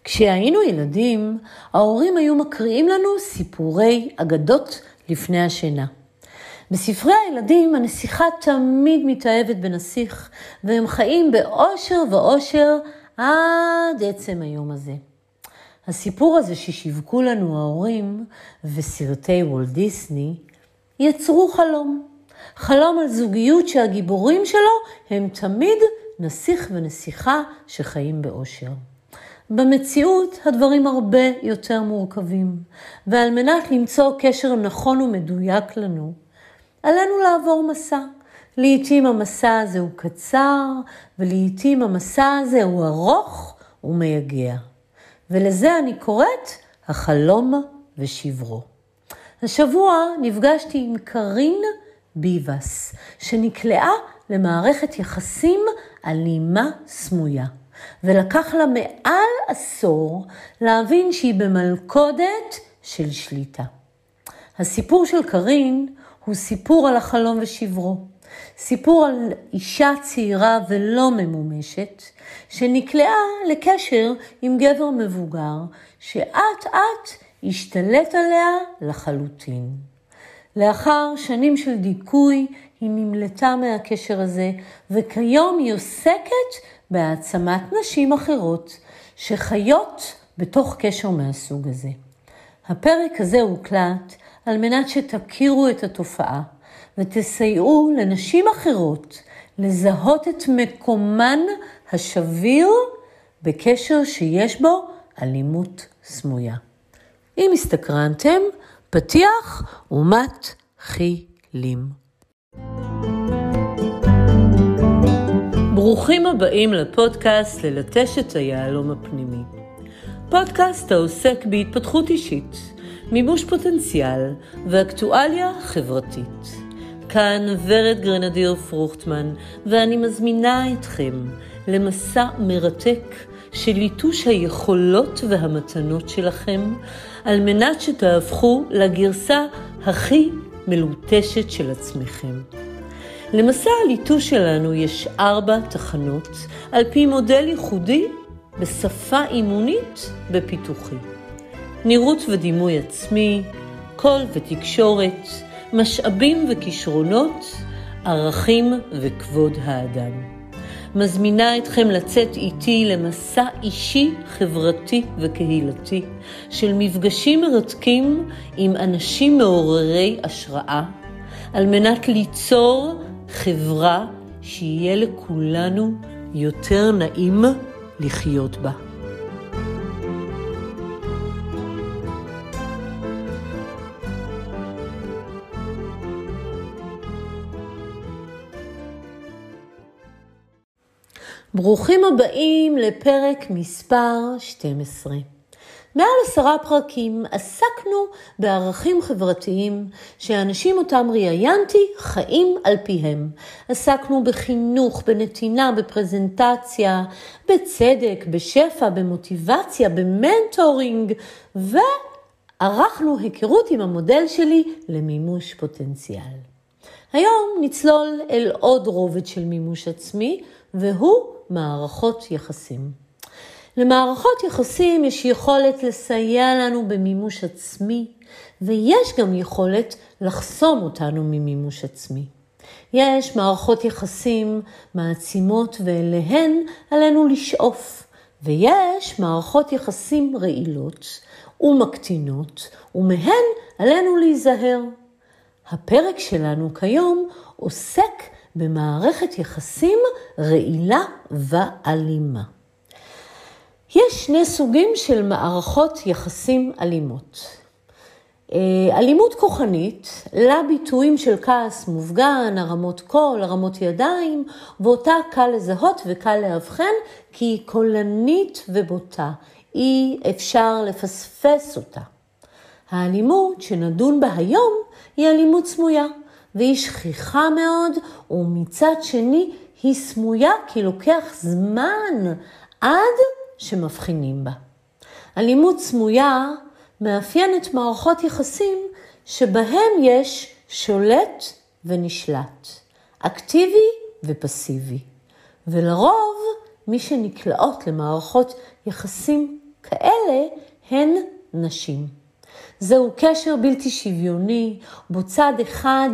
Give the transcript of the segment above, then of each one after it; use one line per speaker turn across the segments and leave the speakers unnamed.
כשהיינו ילדים, ההורים היו מקריאים לנו סיפורי אגדות לפני השינה. בספרי הילדים הנסיכה תמיד מתאהבת בנסיך, והם חיים באושר ואושר עד עצם היום הזה. הסיפור הזה ששיווקו לנו ההורים וסרטי וולט דיסני יצרו חלום על זוגיות שהגיבורים שלו הם תמיד נסיך ונסיכה שחיים באושר. במציאות הדברים הרבה יותר מורכבים, ועל מנת למצוא קשר נכון ומדויק לנו, עלינו לעבור מסע. לעתים המסע הזה הוא קצר, ולעתים המסע הזה הוא ארוך ומייגע. ולזה אני קוראת החלום ושברו. השבוע נפגשתי עם קרין ביבס, שנקלעה למערכת יחסים אלימה סמויה. ולקח לה מעל עשור להבין שהיא במלכודת של שליטה. הסיפור של קרין הוא סיפור על החלום ושברו. סיפור על אישה צעירה ולא ממומשת, שנקלעה לקשר עם גבר מבוגר, שאט אט השתלט עליה לחלוטין. לאחר שנים של דיכוי, היא נמלטה מהקשר הזה, וכיום היא עוסקת בהעצמת נשים אחרות, שחיות בתוך קשר מהסוג הזה. הפרק הזה הוקלט על מנת שתכירו את התופעה, ותסייעו לנשים אחרות לזהות את מקומן השביר בקשר שיש בו אלימות סמויה. אם הסתקרנתם, פתיח ומתחילים. ברוכים הבאים לפודקאסט ללטש את היהלום הפנימי. פודקאסט העוסק בהתפתחות אישית, מימוש פוטנציאל ואקטואליה חברתית. כאן ורד גרנדיר פרוכטמן, ואני מזמינה אתכם למסע מרתק של ליטוש היכולות והמתנות שלכם, על מנת שתהפכו לגרסה הכי מלוטשת של עצמכם. למסע הליטוש שלנו יש 4 תחנות, על פי מודל ייחודי בשפה אימונית בפיתוחי. נראות ודימוי עצמי, קול ותקשורת, משאבים וכישרונות, ערכים וכבוד האדם. מזמינה אתכם לצאת איתי למסע אישי, חברתי וקהילתי, של מפגשים מרתקים עם אנשים מעוררי השראה, על מנת ליצור חברה שיהיה לכולנו יותר נעים לחיות בה. ברוכים הבאים לפרק מספר 12. מעל 10 פרקים עסקנו בערכים חברתיים שהאנשים אותם ראיינתי חיים על פיהם. עסקנו בחינוך, בנתינה, בפרזנטציה, בצדק, בשפע, במוטיבציה, במנטורינג, וערכנו היכרות עם המודל שלי למימוש פוטנציאל. היום נצלול אל עוד רובד של מימוש עצמי, והוא מערכות יחסים. למערכות יחסים יש יכולת לסייע לנו במימוש עצמי, ויש גם יכולת לחסום אותנו ממימוש עצמי. יש מערכות יחסים מעצימות ואליהן עלינו לשאוף, ויש מערכות יחסים רעילות ומקטינות, ומהן עלינו להיזהר. הפרק שלנו כיום עוסק במערכת יחסים רעילה ואלימה. יש 2 סוגים של מערכות יחסים אלימות. אלימות כוחנית, לביטויים של כעס מופגן, הרמות קול, הרמות ידיים, ואותה קל לזהות וקל להבחן, כי היא קולנית ובוטה. אי אפשר לפספס אותה. האלימות שנדון בה היום היא אלימות סמויה, והיא שכיחה מאוד, ומצד שני היא סמויה כי לוקח זמן עד שמבחינים בה. אלימות סמויה מאפיינת מערכות יחסים שבהם יש שולט ונשלט, אקטיבי ופסיבי. ולרוב מי שנקלעות למערכות יחסים כאלה הן נשים. זהו קשר בלתי שוויוני, בו צד אחד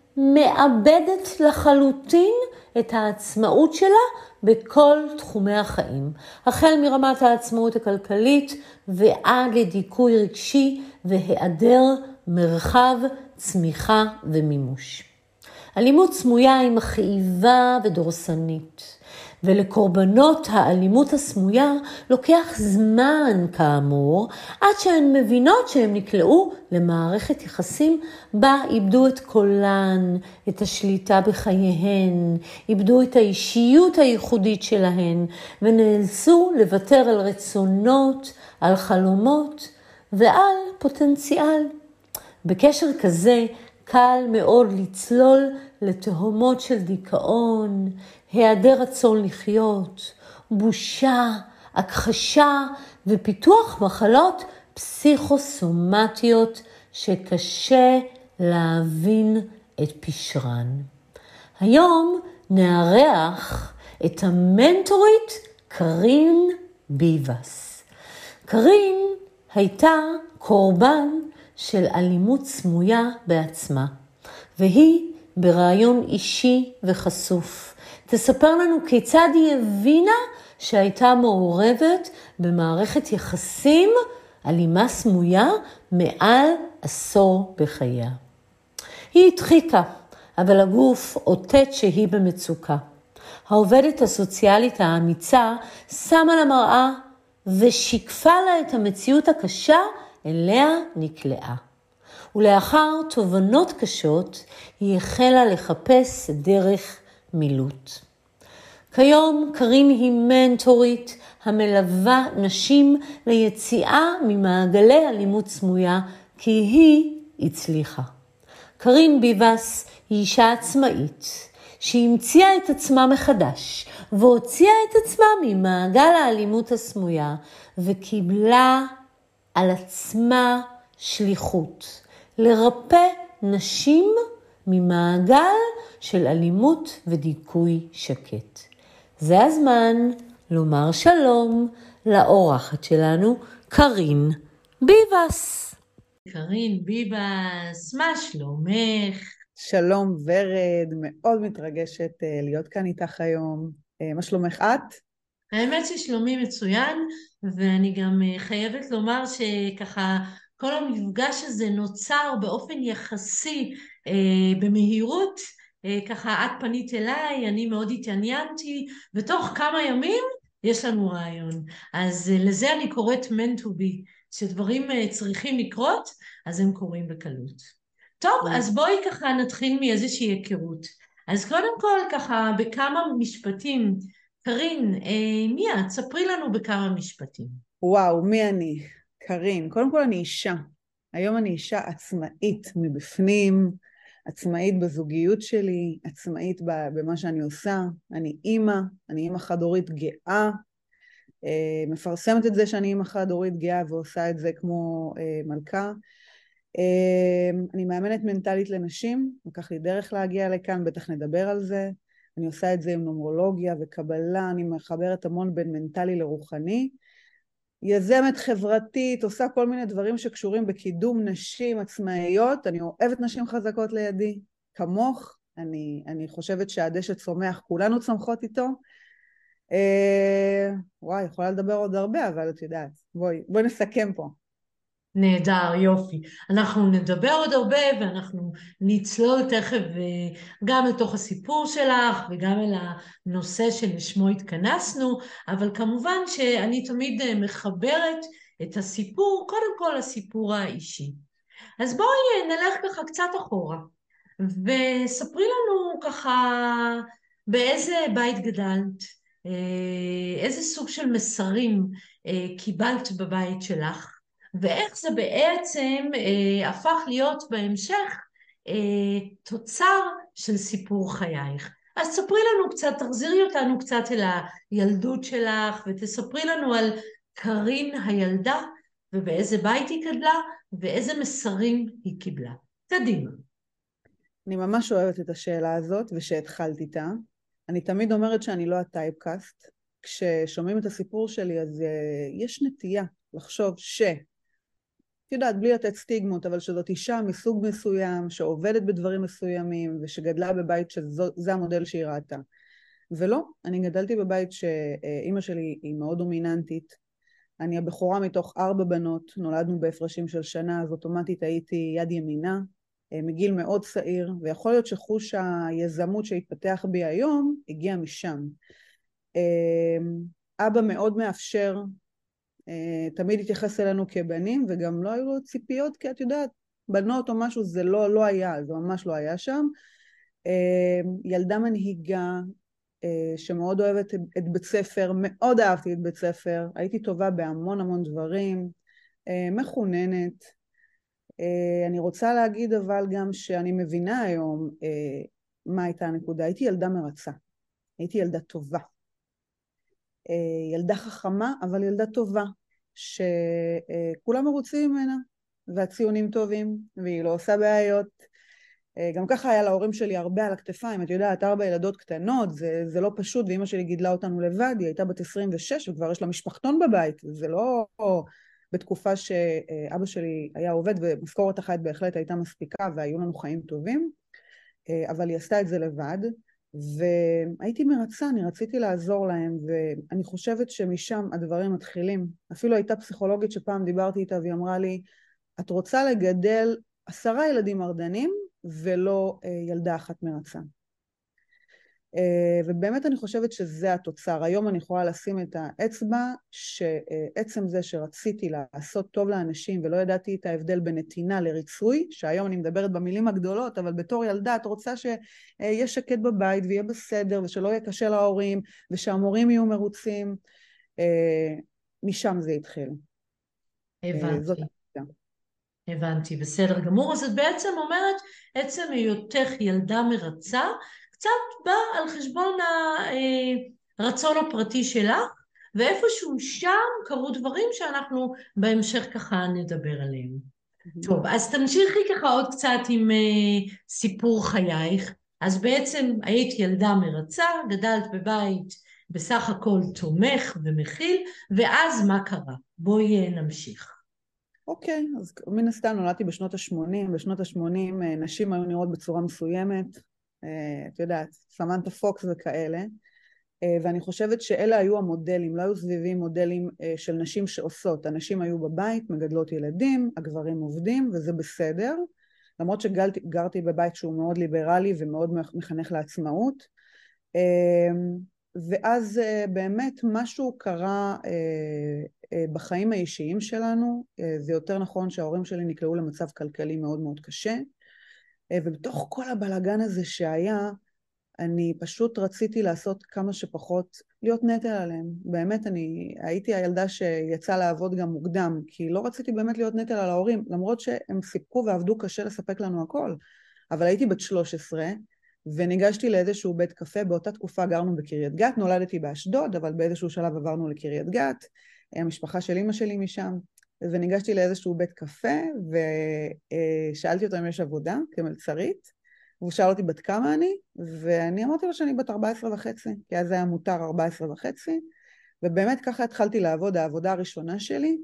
מאבדת לחלוטין את העצמאות שלה בכל תחומי החיים, החל מרמת העצמאות הכלכלית ועד לדיכוי רגשי והיעדר מרחב צמיחה ומימוש. אלימות סמויה היא מכאיבה ודורסנית, ולקורבנות האלימות הסמויה לוקח זמן כאמור, עד שהן מבינות שהן נקלעו למערכת יחסים בה איבדו את קולן, את השליטה בחייהן, איבדו את האישיות הייחודית שלהן, ונאלצו לוותר על רצונות, על חלומות ועל פוטנציאל. בקשר כזה קל מאוד לצלול לתהומות של דיכאון, היעדר רצון לחיות, בושה, הכחשה ופיתוח מחלות פסיכוסומטיות שקשה להבין את פשרן. היום נארח את המנטורית קרין ביבס. קרין הייתה קורבן של אלימות סמויה בעצמה, והיא ברעיון אישי וחשוף תספר לנו כיצד היא הבינה שהייתה מעורבת במערכת יחסים אלימה סמויה מעל עשור בחייה. היא הדחיקה, אבל הגוף אותת שהיא במצוקה. העובדת הסוציאלית האמיצה שמה לה מראה ושיקפה לה את המציאות הקשה אליה נקלעה. ולאחר תובנות קשות היא החלה לחפש דרך מילוט. כיום קרין היא מנטורית המלווה נשים ליציאה ממעגלי אלימות סמויה, כי היא הצליחה. קרין ביבס היא אישה עצמאית שהמציאה את עצמה מחדש והוציאה את עצמה ממעגל האלימות הסמויה וקיבלה על עצמה שליחות לרפא נשים ממעגל של אלימות ודיכוי שקט. זה הזמן לומר שלום לאורחת שלנו, קרין ביבס. קרין ביבס, מה שלומך?
שלום ורד, מאוד מתרגשת להיות כאן איתך היום. מה שלומך את?
האמת ששלומי מצוין, ואני גם חייבת לומר שככה כל המפגש הזה נוצר באופן יחסי במהירות, ככה את פנית אליי, אני מאוד התעניינתי, ותוך כמה ימים יש לנו רעיון. אז לזה אני קוראת meant to be, שדברים צריכים לקרות, אז הם קורים בקלות. טוב, אז בואי ככה נתחיל מאיזושהי היכרות. אז קודם כל ככה בכמה משפטים, קרין, מי את? ספרי לנו בכמה משפטים.
וואו, מי אני? קרין, קודם כל אני אישה. היום אני אישה עצמאית מבפנים, עצמאית בזוגיות שלי, עצמאית במה שאני עושה. אני אימא חד-הורית גאה, מפרסמת את זה שאני אימא חד-הורית גאה ועושה את זה כמו מלכה. אני מאמנת מנטלית לנשים, לקח לי דרך להגיע לכאן, בטח נדבר על זה. אני עושה את זה עם נומרולוגיה וקבלה, אני מחברת המון בין מנטלי לרוחני. יזמת חברתית, עושה כל מיני דברים שקשורים בקידום נשים עצמאיות. אני אוהבת נשים חזקות לידי, כמוך. אני חושבת שהדשא צומח, כולנו צומחות איתו. וואי, יכולה לדבר עוד הרבה, אבל את יודעת. בואי נסכם פה.
נהדר, יופי. אנחנו נדבר עוד הרבה ואנחנו נצלול תכף גם לתוך הסיפור שלך וגם אל הנושא שלשמו התכנסנו, אבל כמובן שאני תמיד מחברת את הסיפור, קודם כל הסיפור האישי. אז בואי נלך ככה קצת אחורה וספרי לנו ככה באיזה בית גדלת, איזה סוג של מסרים קיבלת בבית שלך, ואיך זה בעצם הפך להיות בהמשך תוצר של סיפור חייך. אז ספרי לנו קצת, תחזירי אותנו קצת אל הילדות שלך, ותספרי לנו על קרין הילדה, ובאיזה בית היא גדלה, ואיזה מסרים היא קיבלה. קדימה.
אני ממש אוהבת את השאלה הזאת, ושהתחלת איתה. אני תמיד אומרת שאני לא הטייפקאסט. כששומעים את הסיפור שלי, אז יש נטייה לחשוב את יודעת, בלי לתת סטיגמות, אבל שזאת אישה מסוג מסוים, שעובדת בדברים מסוימים, ושגדלה בבית שזה המודל שהיא ראתה. ולא, אני גדלתי בבית שאימא שלי היא מאוד דומיננטית. אני הבכורה מתוך 4 בנות, נולדנו בהפרשים של שנה, אז אוטומטית הייתי יד ימינה, מגיל מאוד צעיר, ויכול להיות שחוש היזמות שהתפתח בי היום, הגיע משם. אבא מאוד מאפשר, תמיד התייחס אלינו כבנים, וגם לא היו לו ציפיות, כי את יודעת, בנות או משהו, זה לא היה, זה ממש לא היה שם. ילדה מנהיגה, שמאוד אוהבת את בית ספר, מאוד אהבתי את בית ספר, הייתי טובה בהמון דברים, מחוננת. אני רוצה להגיד אבל גם שאני מבינה היום מה הייתה הנקודה. הייתי ילדה מרצה, הייתי ילדה טובה, ילדה חכמה אבל ילדה טובה, שכולם מרוצים ממנה והציונים טובים והיא לא עושה בעיות. גם ככה היה להורים שלי הרבה על הכתפיים, את יודעת, 4 ילדות קטנות, זה לא פשוט, ואמא שלי גידלה אותנו לבד, היא הייתה בת 26 וכבר יש לה משפחתון בבית, זה לא בתקופה שאבא שלי היה עובד ומשכורת אחת בהחלט הייתה מספיקה והיו לנו חיים טובים, אבל היא עשתה את זה לבד, והייתי מרצה, אני רציתי לעזור להם, ואני חושבת שמשם הדברים מתחילים. אפילו הייתה פסיכולוגית שפעם דיברתי איתה והיא אמרה לי, את רוצה לגדל 10 ילדים מרדנים ולא ילדה אחת מרצה. ובאמת אני חושבת שזה התוצר. היום אני יכולה לשים את האצבע שעצם זה שרציתי לעשות טוב לאנשים ולא ידעתי את ההבדל בין נתינה לריצוי, שהיום אני מדברת במילים הגדולות, אבל בתור ילדה את רוצה שיהיה שקט בבית ויהיה בסדר ושלא יהיה קשה להורים ושהמורים יהיו מרוצים. משם זה התחיל. זאת
הבנתי. הבנתי, בסדר גמור. אז את בעצם אומרת, עצם היותך ילדה מרצה, קצת בא על חשבון הרצון הפרטי שלך, ואיפשהו שם קרו דברים שאנחנו בהמשך ככה נדבר עליהם. טוב, אז תמשיכי ככה עוד קצת עם סיפור חייך. אז בעצם היית ילדה מרצה, גדלת בבית בסך הכל תומך ומכיל, ואז מה קרה? בואי נמשיך.
אוקיי, אז מן הסתם נולדתי בשנות ה-80, בשנות ה-80 נשים היו נראות בצורה מסוימת, את יודעת, סמנטה פוקס וכאלה, ואני חושבת שאלה היו המודלים, לא היו סביבים מודלים של נשים שעושות, הנשים היו בבית, מגדלות ילדים, הגברים עובדים, וזה בסדר, למרות שגרתי בבית שהוא מאוד ליברלי ומאוד מחנך לעצמאות, ואז באמת משהו קרה בחיים האישיים שלנו, זה יותר נכון שההורים שלי נקלעו למצב כלכלי מאוד מאוד קשה, ובתוך כל הבלגן הזה שהיה, אני פשוט רציתי לעשות כמה שפחות, להיות נטל עליהם. באמת אני הייתי הילדה שיצאה לעבוד גם מוקדם, כי לא רציתי באמת להיות נטל על ההורים, למרות שהם סיפקו ועבדו קשה לספק לנו הכל. אבל הייתי בת 13, וניגשתי לאיזשהו בית קפה, באותה תקופה גרנו בקריית גת, נולדתי באשדוד, אבל באיזשהו שלב עברנו לקריית גת, המשפחה של אמא שלי משם, וניגשתי לאיזשהו בית קפה, ושאלתי אותו אם יש עבודה כמלצרית, והוא שאל אותי בת כמה אני, ואני אמרתי לו שאני בת 14 וחצי, כי אז היה מותר 14 וחצי, ובאמת ככה התחלתי לעבוד, העבודה הראשונה שלי,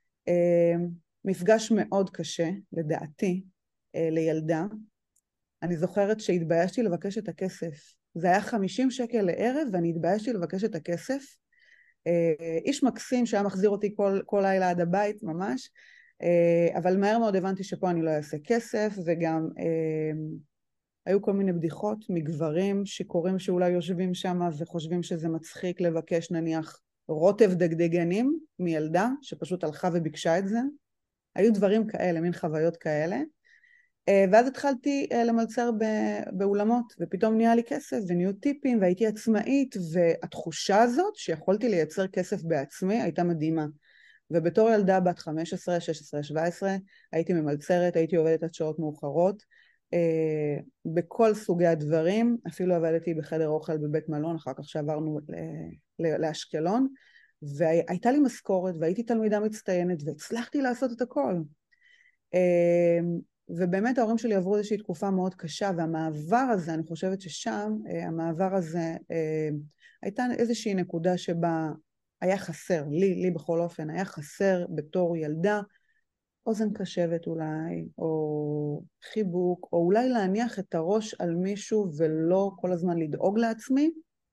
מפגש מאוד קשה, לדעתי, לילדה. אני זוכרת שהתביישתי לבקש את הכסף. זה היה 50 שקל לערב, ואני התביישתי לבקש את הכסף. איש מקסים שהיה מחזיר אותי כל לילה עד הבית, ממש, אבל מהר מאוד הבנתי שפה אני לא אעשה כסף, וגם היו כל מיני בדיחות מגברים שקוראים שאולי יושבים שם וחושבים שזה מצחיק לבקש נניח רוטב דגדגנים מילדה שפשוט הלכה וביקשה את זה. היו דברים כאלה, מין חוויות כאלה. ואז התחלתי למלצר באולמות, ופתאום נהיה לי כסף ונהיו טיפים והייתי עצמאית, והתחושה הזאת שיכולתי לייצר כסף בעצמי הייתה מדהימה. ובתור ילדה בת 15, 16, 17 הייתי ממלצרת, הייתי עובדת עד שעות מאוחרות, בכל סוגי הדברים, אפילו עבדתי בחדר אוכל בבית מלון, אחר כך שעברנו לאשקלון, והייתה לי משכורת והייתי תלמידה מצטיינת והצלחתי לעשות את הכל. ובאמת ההורים שלי עברו איזושהי תקופה מאוד קשה, והמעבר הזה, אני חושבת ששם, המעבר הזה, הייתה איזושהי נקודה שבה היה חסר, לי בכל אופן, היה חסר בתור ילדה, אוזן קשבת אולי, או חיבוק, או אולי להניח את הראש על מישהו ולא כל הזמן לדאוג לעצמי.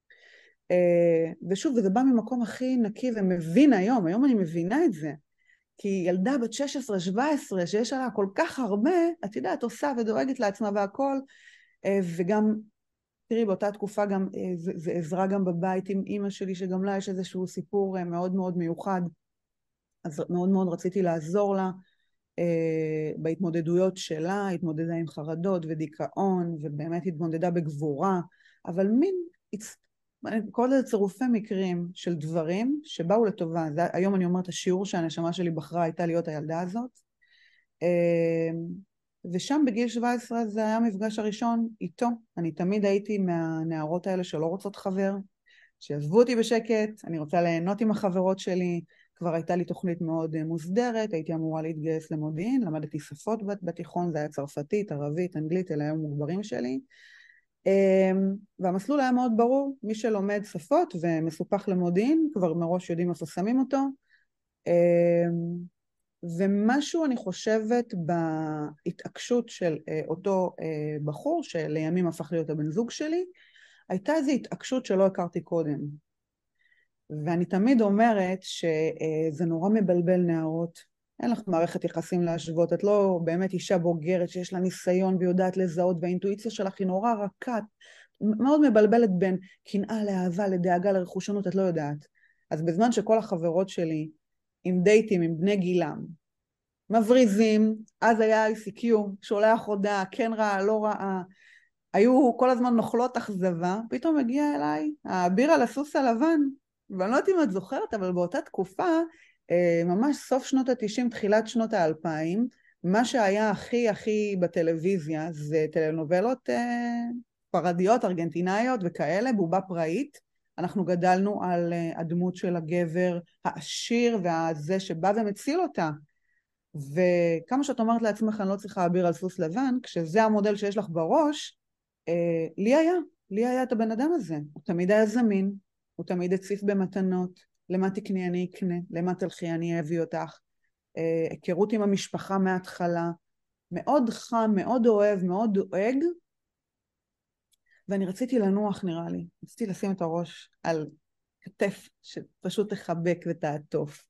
ושוב, וזה בא ממקום הכי נקי ומבין היום אני מבינה את זה. כי ילדה בת 16-17 שיש עליה כל כך הרבה, את יודעת, עושה ודואגת לעצמה והכל, וגם, תראי, באותה תקופה גם, זה עזרה גם בבית עם אמא שלי, שגם לה יש איזשהו סיפור מאוד מאוד מיוחד, אז מאוד מאוד רציתי לעזור לה, בהתמודדויות שלה, התמודדה עם חרדות ודיכאון, ובאמת התמודדה בגבורה, אבל מין, כל זה צירופי מקרים של דברים שבאו לטובה. היום אני אומרת, השיעור שהנשמה שלי בחרה הייתה להיות הילדה הזאת, ושם בגיל 17 זה היה המפגש הראשון איתו. אני תמיד הייתי מהנערות האלה שלא רוצות חבר, שיעזבו אותי בשקט, אני רוצה ליהנות עם החברות שלי, כבר הייתה לי תוכנית מאוד מוסדרת, הייתי אמורה להתגייס למודיעין, למדתי שפות בתיכון, זה היה צרפתית, ערבית, אנגלית, אלה היו מוגברים שלי, והמסלול היה מאוד ברור, מי שלומד שפות ומסופח למודיעין, כבר מראש יודעים איפה שמים אותו, ומשהו אני חושבת בהתעקשות של אותו בחור, שלימים הפך להיות הבן זוג שלי, הייתה איזו התעקשות שלא הכרתי קודם. ואני תמיד אומרת שזה נורא מבלבל נערות. אין לך מערכת יחסים להשוות, את לא באמת אישה בוגרת שיש לה ניסיון ויודעת לזהות, והאינטואיציה שלך היא נורא רכה, מאוד מבלבלת בין קנאה לאהבה, לדאגה, לרכושנות, את לא יודעת. אז בזמן שכל החברות שלי עם דייטים, עם בני גילם, מבריזים, אז היה ICQ, שולח הודעה, כן רעה, לא רעה, היו כל הזמן נוכלות אכזבה, פתאום הגיע אליי האביר על הסוס הלבן, ואני לא יודעת אם את זוכרת, אבל באותה תקופה, ממש סוף שנות ה-90, תחילת שנות ה-2000, מה שהיה הכי בטלוויזיה, זה טלנובלות פרדיות, ארגנטינאיות וכאלה, בובה פראית. אנחנו גדלנו על הדמות של הגבר העשיר והזה שבא ומציל אותה. וכמה שאת אומרת לעצמך, אני לא צריכה אביר על סוס לבן, כשזה המודל שיש לך בראש, לי היה את הבן אדם הזה. הוא תמיד היה זמין, הוא תמיד הציף במתנות, למה תקני אני אקנה, למה תלכי אני אביא אותך, היכרות עם המשפחה מההתחלה, מאוד חם, מאוד אוהב, מאוד דואג, ואני רציתי לנוח נראה לי, רציתי לשים את הראש על כתף שפשוט תחבק ותעטוף,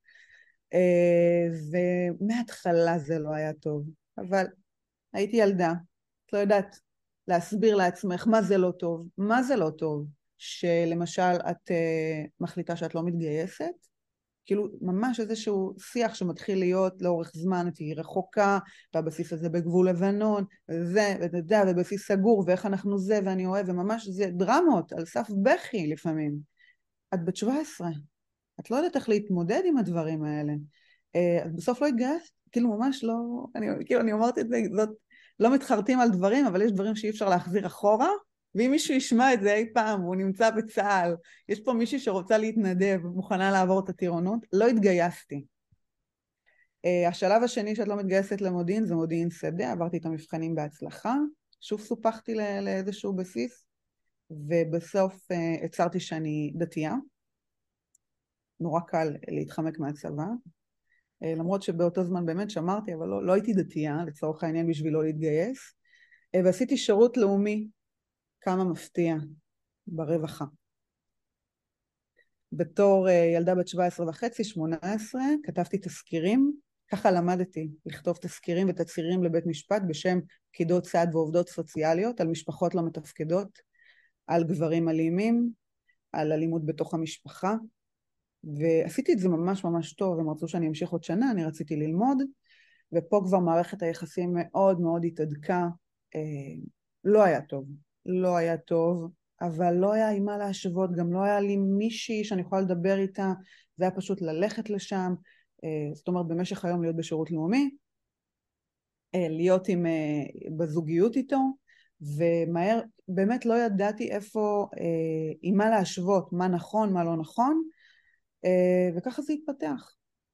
ומההתחלה זה לא היה טוב, אבל הייתי ילדה, את לא יודעת להסביר לעצמך מה זה לא טוב, מה זה לא טוב, שלמשל את מחליטה שאת לא מתגייסת, כאילו ממש איזשהו שיח שמתחיל להיות לאורך זמן, תהי רחוקה, והבסיס הזה בגבול לבנון, וזה, ובסיס סגור, ואיך אנחנו זה, ואני אוהב, וממש זה דרמות, על סף בכי לפעמים. את בת 17, את לא יודעת איך להתמודד עם הדברים האלה. אז בסוף לא התגייסת, כאילו ממש לא, אני אומרת את זה, זאת, לא מתחרטים על דברים, אבל יש דברים שאי אפשר להחזיר אחורה, ואם מישהו ישמע את זה אי פעם, הוא נמצא בצה"ל, יש פה מישהי שרוצה להתנדב, מוכנה לעבור את הטירונות, לא התגייסתי. השלב השני שאת לא מתגייסת למודיעין, זה מודיעין שדה, עברתי את המבחנים בהצלחה, שוב סופחתי לאיזשהו בסיס, ובסוף הצהרתי שאני דתייה, נורא קל להתחמק מהצבא, למרות שבאותו זמן באמת שמרתי, אבל לא הייתי דתייה, לצורך העניין בשביל לא להתגייס, ועשיתי שירות לאומי, כמה מפתיע, ברווחה. בתור ילדה בת 17.5, 18, כתבתי תזכירים, ככה למדתי לכתוב תזכירים ותצהירים לבית משפט בשם פקידות סעד ועובדות סוציאליות, על משפחות לא מתפקדות, על גברים אלימים, על אלימות בתוך המשפחה, ועשיתי את זה ממש ממש טוב, הם רצו שאני אמשיך עוד שנה, אני רציתי ללמוד, ופה כבר מערכת היחסים מאוד מאוד התהדקה, לא היה טוב, לא היה טוב, אבל לא היה עם מה להשוות, גם לא היה לי מישהי שאני יכולה לדבר איתה, זה היה פשוט ללכת לשם, זאת אומרת במשך היום להיות בשירות לאומי, להיות בזוגיות איתו, ומהר באמת לא ידעתי איפה, עם מה להשוות, מה נכון, מה לא נכון, וככה זה התפתח.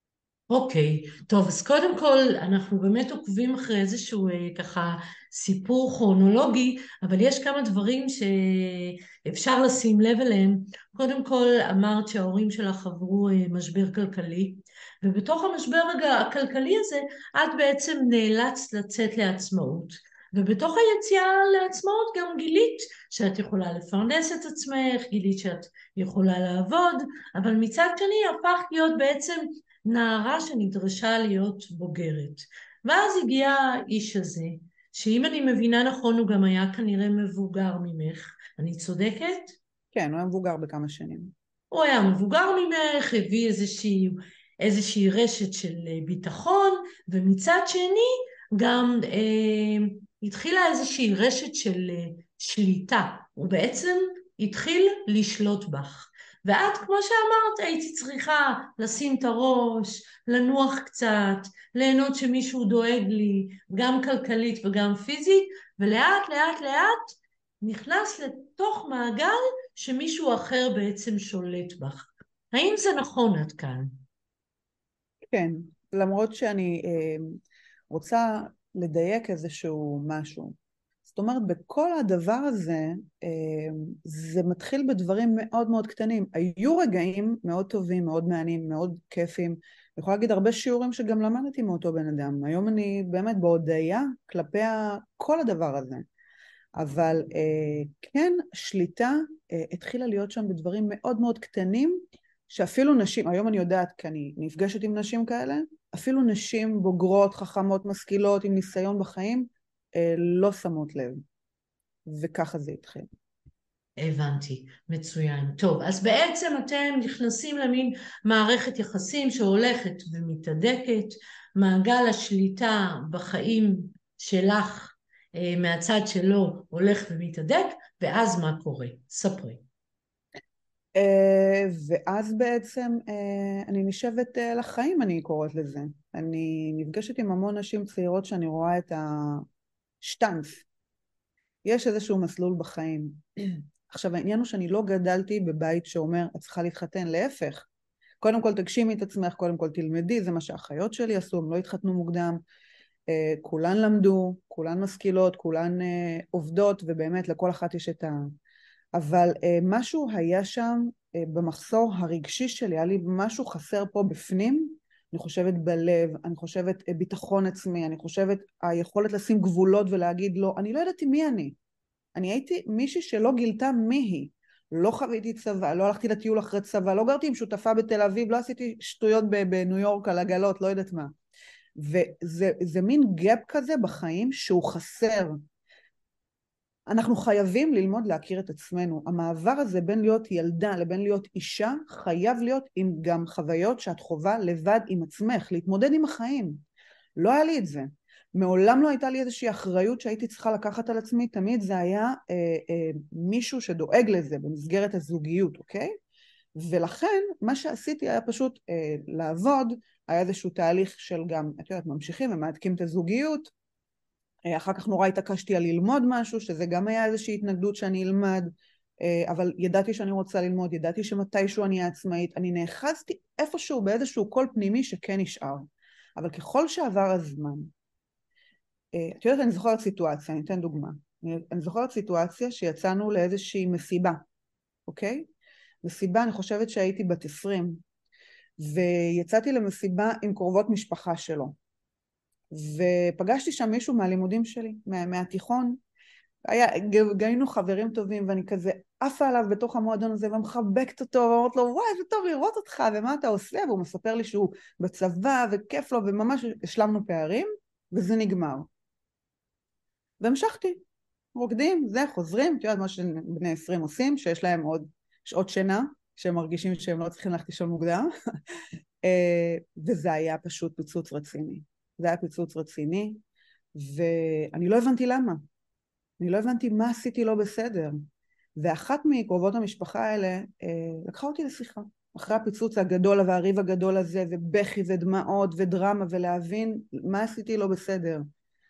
אוקיי, טוב, אז קודם כל אנחנו באמת עוקבים אחרי איזשהו ככה סיפור כרונולוגי, אבל יש כמה דברים שאפשר לשים לב אליהם. קודם כל אמרת שההורים שלך עברו משבר כלכלי, ובתוך המשבר הכלכלי הזה את בעצם נאלצת לצאת לעצמאות. ובתוך היציאה לעצמאות גם גילית שאת יכולה לפרנס את עצמך, גילית שאת יכולה לעבוד, אבל מצד שני הפכת להיות בעצם נערה שנדרשה להיות בוגרת. ואז הגיע האיש הזה, שאם אני מבינה נכון הוא גם היה כנראה מבוגר ממך, אני צודקת?
כן, הוא היה מבוגר בכמה שנים.
הוא היה מבוגר ממך, הביא איזושהי רשת של ביטחון, ומצד שני גם התחילה איזושהי רשת של שליטה. הוא בעצם התחיל לשלוט בך. ואת, כמו שאמרת, הייתי צריכה לשים את הראש, לנוח קצת, ליהנות שמישהו דואג לי, גם כלכלית וגם פיזית, ולאט לאט לאט נכנס לתוך מעגל שמישהו אחר בעצם שולט בך. האם זה נכון עד כאן?
כן, למרות שאני רוצה לדייק איזשהו משהו. זאת אומרת, בכל הדבר הזה, זה מתחיל בדברים מאוד מאוד קטנים. היו רגעים מאוד טובים, מאוד מעניינים, מאוד כיפים. אני יכולה להגיד הרבה שיעורים שגם למדתי מאותו בן אדם. היום אני באמת בהודעה כלפי כל הדבר הזה. אבל כן, שליטה התחילה להיות שם בדברים מאוד מאוד קטנים, שאפילו נשים, היום אני יודעת כי אני נפגשת עם נשים כאלה, אפילו נשים בוגרות, חכמות, משכילות, עם ניסיון בחיים, לא שמות לב. וככה זה התחיל.
הבנתי, מצוין. טוב, אז בעצם אתם נכנסים למין מערכת יחסים שהולכת ומתהדקת, מעגל השליטה בחיים שלך מהצד שלו הולך ומתהדק, ואז מה קורה? ספרי.
ואז בעצם אני נשבת לחיים, אני קוראת לזה. אני נפגשת עם המון נשים צעירות שאני רואה את השטנץ. יש איזשהו מסלול בחיים. עכשיו העניין הוא שאני לא גדלתי בבית שאומר את צריכה להתחתן, להפך. קודם כל תגשימי את עצמך, קודם כל תלמדי, זה מה שהאחיות שלי עשו, הם לא התחתנו מוקדם. כולן למדו, כולן משכילות, כולן עובדות, ובאמת לכל אחת יש את אבל משהו היה שם במחסור הרגשי שלי, היה לי משהו חסר פה בפנים, אני חושבת בלב, אני חושבת ביטחון עצמי, אני חושבת היכולת לשים גבולות ולהגיד לא, אני לא ידעתי מי אני הייתי מישהי שלא גילתה מי היא, לא חוויתי צבא, לא הלכתי לטיול אחרי צבא, לא גרתי עם שותפה בתל אביב, לא עשיתי שטויות בניו יורק על עגלות, לא יודעת מה. וזה מין גאפ כזה בחיים שהוא חסר. אנחנו חייבים ללמוד להכיר את עצמנו. המעבר הזה בין להיות ילדה לבין להיות אישה חייב להיות עם גם חוויות שאת חובה לבד עם עצמך, להתמודד עם החיים. לא היה לי את זה. מעולם לא הייתה לי איזושהי אחריות שהייתי צריכה לקחת על עצמי, תמיד זה היה מישהו שדואג לזה במסגרת הזוגיות, אוקיי? ולכן מה שעשיתי היה פשוט לעבוד, היה איזשהו תהליך של גם, את יודעת, ממשיכים ומעדכים את הזוגיות, אחר כך נורא התעקשתי על ללמוד משהו, שזה גם היה איזושהי התנגדות שאני אלמד, אבל ידעתי שאני רוצה ללמוד, ידעתי שמתישהו אני עצמאית, אני נאחזתי איפשהו באיזשהו קול פנימי שכן נשאר. אבל ככל שעבר הזמן, את יודעת, אני זוכרת סיטואציה, אני אתן דוגמה. אני זוכרת סיטואציה שיצאנו לאיזושהי מסיבה, אוקיי? מסיבה, אני חושבת שהייתי בת 20, ויצאתי למסיבה עם קרובות משפחה שלו. ופגשתי שם מישהו מהלימודים שלי, מהתיכון, היינו חברים טובים, ואני כזה עפה עליו בתוך המועדון הזה, ומחבקת אותו, ואומרת לו, וואי, זה טוב לראות אותך, ומה אתה עושה? והוא מספר לי שהוא בצבא, וכיף לו, וממש השלמנו פערים, וזה נגמר. והמשכתי, רוקדים, זה, חוזרים, את יודעת מה שבני 20 עושים, שיש להם עוד שעות שינה, שהם מרגישים שהם לא צריכים ללכת לישון מוקדם, וזה היה פשוט פיצוץ רציני. זה היה פיצוץ רציני, ואני לא הבנתי למה. אני לא הבנתי מה עשיתי לא בסדר. ואחת מקרובות המשפחה האלה לקחה אותי לשיחה. אחרי הפיצוץ הגדול והריב הגדול הזה, ובכי ודמעות ודרמה, ולהבין מה עשיתי לא בסדר.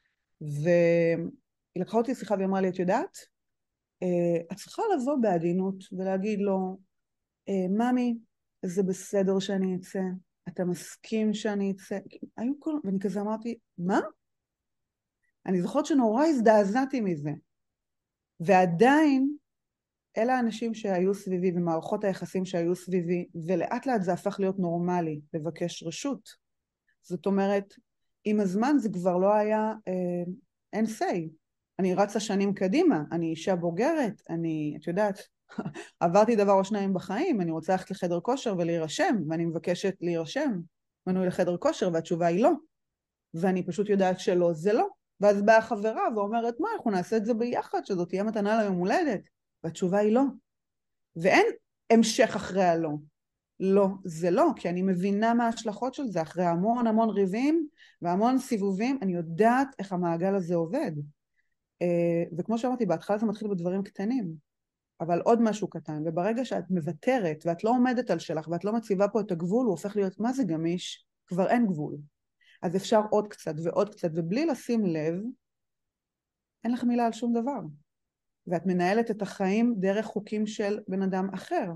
והיא לקחה אותי לשיחה והיא אמרה לי, את יודעת? את צריכה לבוא בעדינות ולהגיד לו, ממי, זה בסדר שאני אצא. אתה מסכים שאני אצא? ואני כזה אמרתי, מה? אני זוכרת שנורא הזדעזעתי מזה. ועדיין, אלה האנשים שהיו סביבי ומערכות היחסים שהיו סביבי, ולאט לאט זה הפך להיות נורמלי, לבקש רשות. זאת אומרת, עם הזמן זה כבר לא היה, אין say. אני רצה שנים קדימה, אני אישה בוגרת, את יודעת, עברתי דבר או שניים בחיים, אני רוצה ללכת לחדר כושר ולהירשם, ואני מבקשת להירשם, מנוי לחדר כושר, והתשובה היא לא. ואני פשוט יודעת שלא, זה לא. ואז באה חברה ואומרת, מה, אנחנו נעשה את זה ביחד, שזאת תהיה מתנה ליום הולדת. והתשובה היא לא. ואין המשך אחרי הלא. לא, זה לא, כי אני מבינה מה ההשלכות של זה, אחרי המון המון ריבים והמון סיבובים, אני יודעת איך המעגל הזה עובד. וכמו שאמרתי, בהתחלה זה מתחיל בדברים קטנים, אבל עוד משהו קטן, וברגע שאת מוותרת ואת לא עומדת על שלך ואת לא מציבה פה את הגבול, הוא הופך להיות, מה זה גמיש? כבר אין גבול. אז אפשר עוד קצת ועוד קצת, ובלי לשים לב, אין לך מילה על שום דבר. ואת מנהלת את החיים דרך חוקים של בן אדם אחר.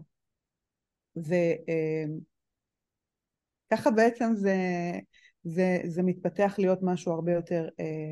וככה בעצם זה מתפתח להיות משהו הרבה יותר,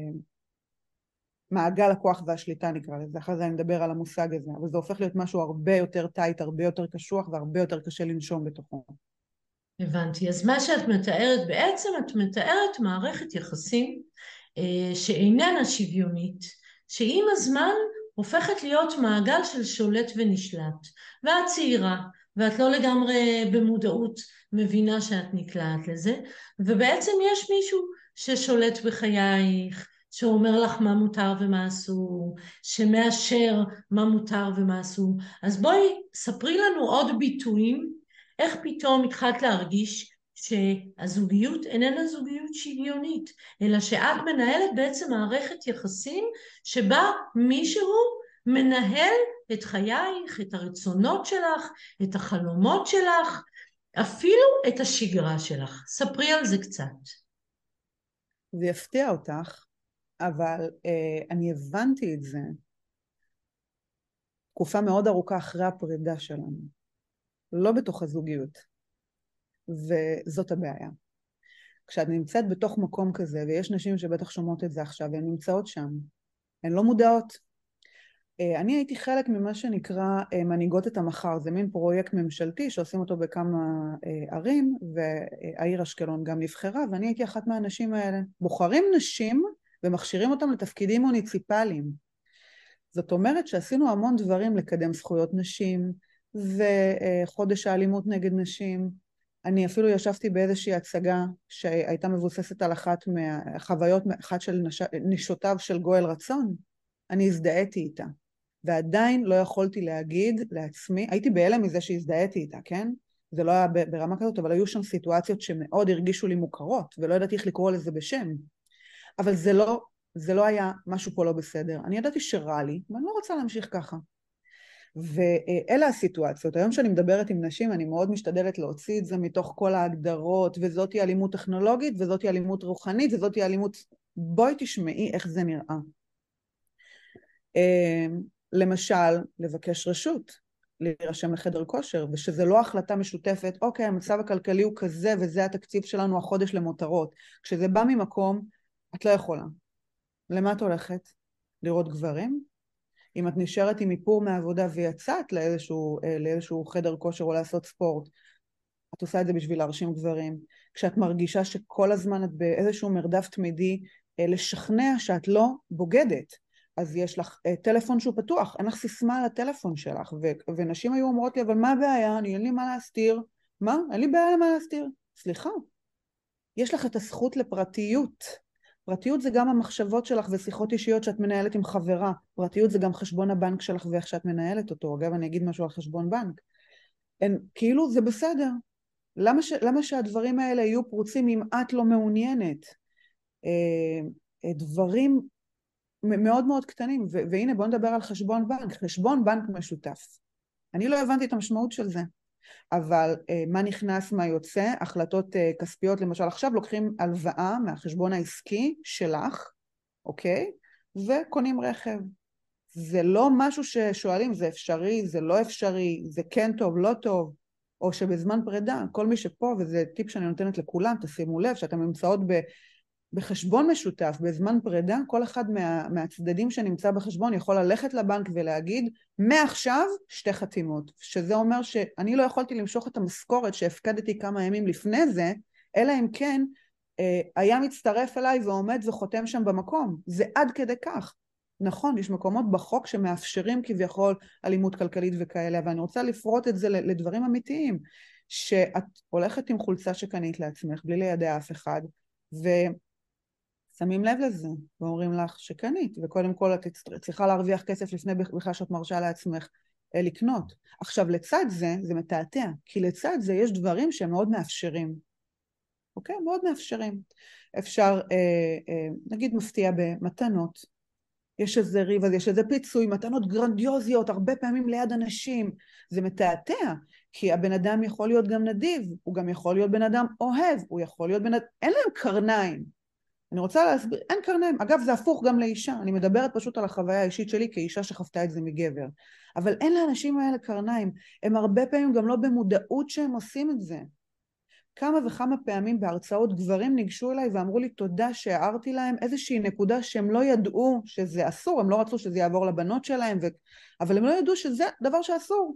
מעגל הכוח והשליטה נקרא לזה, אחרי זה אני מדבר על המושג הזה, אבל זה הופך להיות משהו הרבה יותר טייט, הרבה יותר קשוח והרבה יותר קשה לנשום בתוכו.
הבנתי. אז מה שאת מתארת בעצם, את מתארת מערכת יחסים שאיננה שוויונית, שעם הזמן הופכת להיות מעגל של שולט ונשלט. ואת צעירה, ואת לא לגמרי במודעות מבינה שאת נקלעת לזה, ובעצם יש מישהו ששולט בחייך, שאומר לך מה מותר ומה אסור, שמאשר מה מותר ומה אסור. אז בואי, ספרי לנו עוד ביטויים, איך פתאום התחלת להרגיש שהזוגיות איננה זוגיות שוויונית, אלא שאת מנהלת בעצם מערכת יחסים שבה מישהו מנהל את חייך, את הרצונות שלך, את החלומות שלך, אפילו את השגרה שלך. ספרי על זה קצת.
זה יפתיע אותך, אבל אני הבנתי את זה תקופה מאוד ארוכה אחרי הפרידה שלנו, לא בתוך הזוגיות, וזאת הבעיה. כשאת נמצאת בתוך מקום כזה, ויש נשים שבטח שומעות את זה עכשיו, והן נמצאות שם, הן לא מודעות. אני הייתי חלק ממה שנקרא מנהיגות את המחר, זה מין פרויקט ממשלתי שעושים אותו בכמה ערים, והעיר אשקלון גם נבחרה, ואני הייתי אחת מהאנשים האלה. בוחרים נשים ומכשירים אותם לתפקידים מוניציפליים. זאת אומרת שעשינו המון דברים לקדם זכויות נשים, וחודש האלימות נגד נשים. אני אפילו ישבתי באיזושהי הצגה שהייתה מבוססת על אחת מהחוויות, אחת של נשותיו של גואל רצון. אני הזדהיתי איתה, ועדיין לא יכולתי להגיד לעצמי, הייתי בהלם מזה שהזדהיתי איתה, כן? זה לא היה ברמה כזאת, אבל היו שם סיטואציות שמאוד הרגישו לי מוכרות, ולא ידעתי איך לקרוא לזה בשם. אבל זה לא היה משהו פה לא בסדר. אני ידעתי שרע לי, ואני לא רוצה להמשיך ככה. ואלה הסיטואציות. היום שאני מדברת עם נשים, אני מאוד משתדלת להוציא את זה מתוך כל ההגדרות, וזאת היא אלימות טכנולוגית, וזאת היא אלימות רוחנית, וזאת היא אלימות... בואי תשמעי איך זה נראה. למשל, לבקש רשות, להירשם לחדר כושר, ושזה לא החלטה משותפת, אוקיי, המצב הכלכלי הוא כזה, וזה התקציב שלנו החודש למותרות. כשזה בא ממקום, את לא יכולה. למה את הולכת? לראות גברים? אם את נשארת עם איפור מהעבודה ויצאת לאיזשהו חדר כושר או לעשות ספורט, את עושה את זה בשביל להרשים גברים. כשאת מרגישה שכל הזמן את באיזשהו מרדף תמידי לשכנע שאת לא בוגדת, אז יש לך טלפון שהוא פתוח, אין לך סיסמה על הטלפון שלך, ונשים היו אומרות לי, אבל מה הבעיה? אין לי מה להסתיר. מה? אין לי בעיה למה להסתיר. סליחה. יש לך את הזכות לפרטיות. פרטיות זה גם המחשבות שלך ושיחות אישיות שאת מנהלת עם חברה. פרטיות זה גם חשבון הבנק שלך ואיך שאת מנהלת אותו. אגב, אני אגיד משהו על חשבון בנק. כאילו זה בסדר. למה שהדברים האלה יהיו פרוצים אם את לא מעוניינת? דברים מאוד מאוד קטנים, והנה בואו נדבר על חשבון בנק. חשבון בנק משותף. אני לא הבנתי את המשמעות של זה. אבל מה נכנס, מה יוצא, החלטות כספיות, למשל עכשיו לוקחים הלוואה מהחשבון העסקי שלך, אוקיי? וקונים רכב. זה לא משהו ששואלים, זה אפשרי, זה לא אפשרי, זה כן טוב, לא טוב. או שבזמן פרידה, כל מי שפה, וזה טיפ שאני נותנת לכולם, תשימו לב, שאתם נמצאות בחשבון משותף, בזמן פרידה, כל אחד מהצדדים שנמצא בחשבון יכול ללכת לבנק ולהגיד, מעכשיו 2 חתימות, שזה אומר שאני לא יכולתי למשוך את המשכורת שהפקדתי כמה ימים לפני זה, אלא אם כן היה מצטרף אליי ועומד וחותם שם במקום. זה עד כדי כך. נכון, יש מקומות בחוק שמאפשרים כביכול אלימות כלכלית וכאלה, אבל אני רוצה לפרוט את זה לדברים אמיתיים, שאת הולכת עם חולצה שקנית לעצמך, בלי לידע אף אחד, ושמים לב לזה, ואומרים לך שקנית, וקודם כל את צריכה להרוויח כסף לפני בכלל שאת מרשה לעצמך לקנות. עכשיו לצד זה, זה מתעתע, כי לצד זה יש דברים שהם מאוד מאפשרים. אוקיי? מאוד מאפשרים. אפשר, נגיד מפתיע במתנות, יש איזה ריב, אז יש איזה פיצוי, מתנות גרנדיוזיות, הרבה פעמים ליד אנשים, זה מתעתע, כי הבן אדם יכול להיות גם נדיב, הוא גם יכול להיות בן אדם אוהב, הוא יכול להיות בן אדם, אין להם קרניים. אני רוצה להסביר, אין קרניים, אגב זה הפוך גם לאישה, אני מדברת פשוט על החוויה האישית שלי כאישה שחוותה את זה מגבר, אבל אין לאנשים האלה קרניים, הם הרבה פעמים גם לא במודעות שהם עושים את זה. כמה וכמה פעמים בהרצאות גברים ניגשו אליי ואמרו לי תודה שהערתי להם איזושהי נקודה שהם לא ידעו שזה אסור, הם לא רצו שזה יעבור לבנות שלהם, אבל הם לא ידעו שזה דבר שאסור.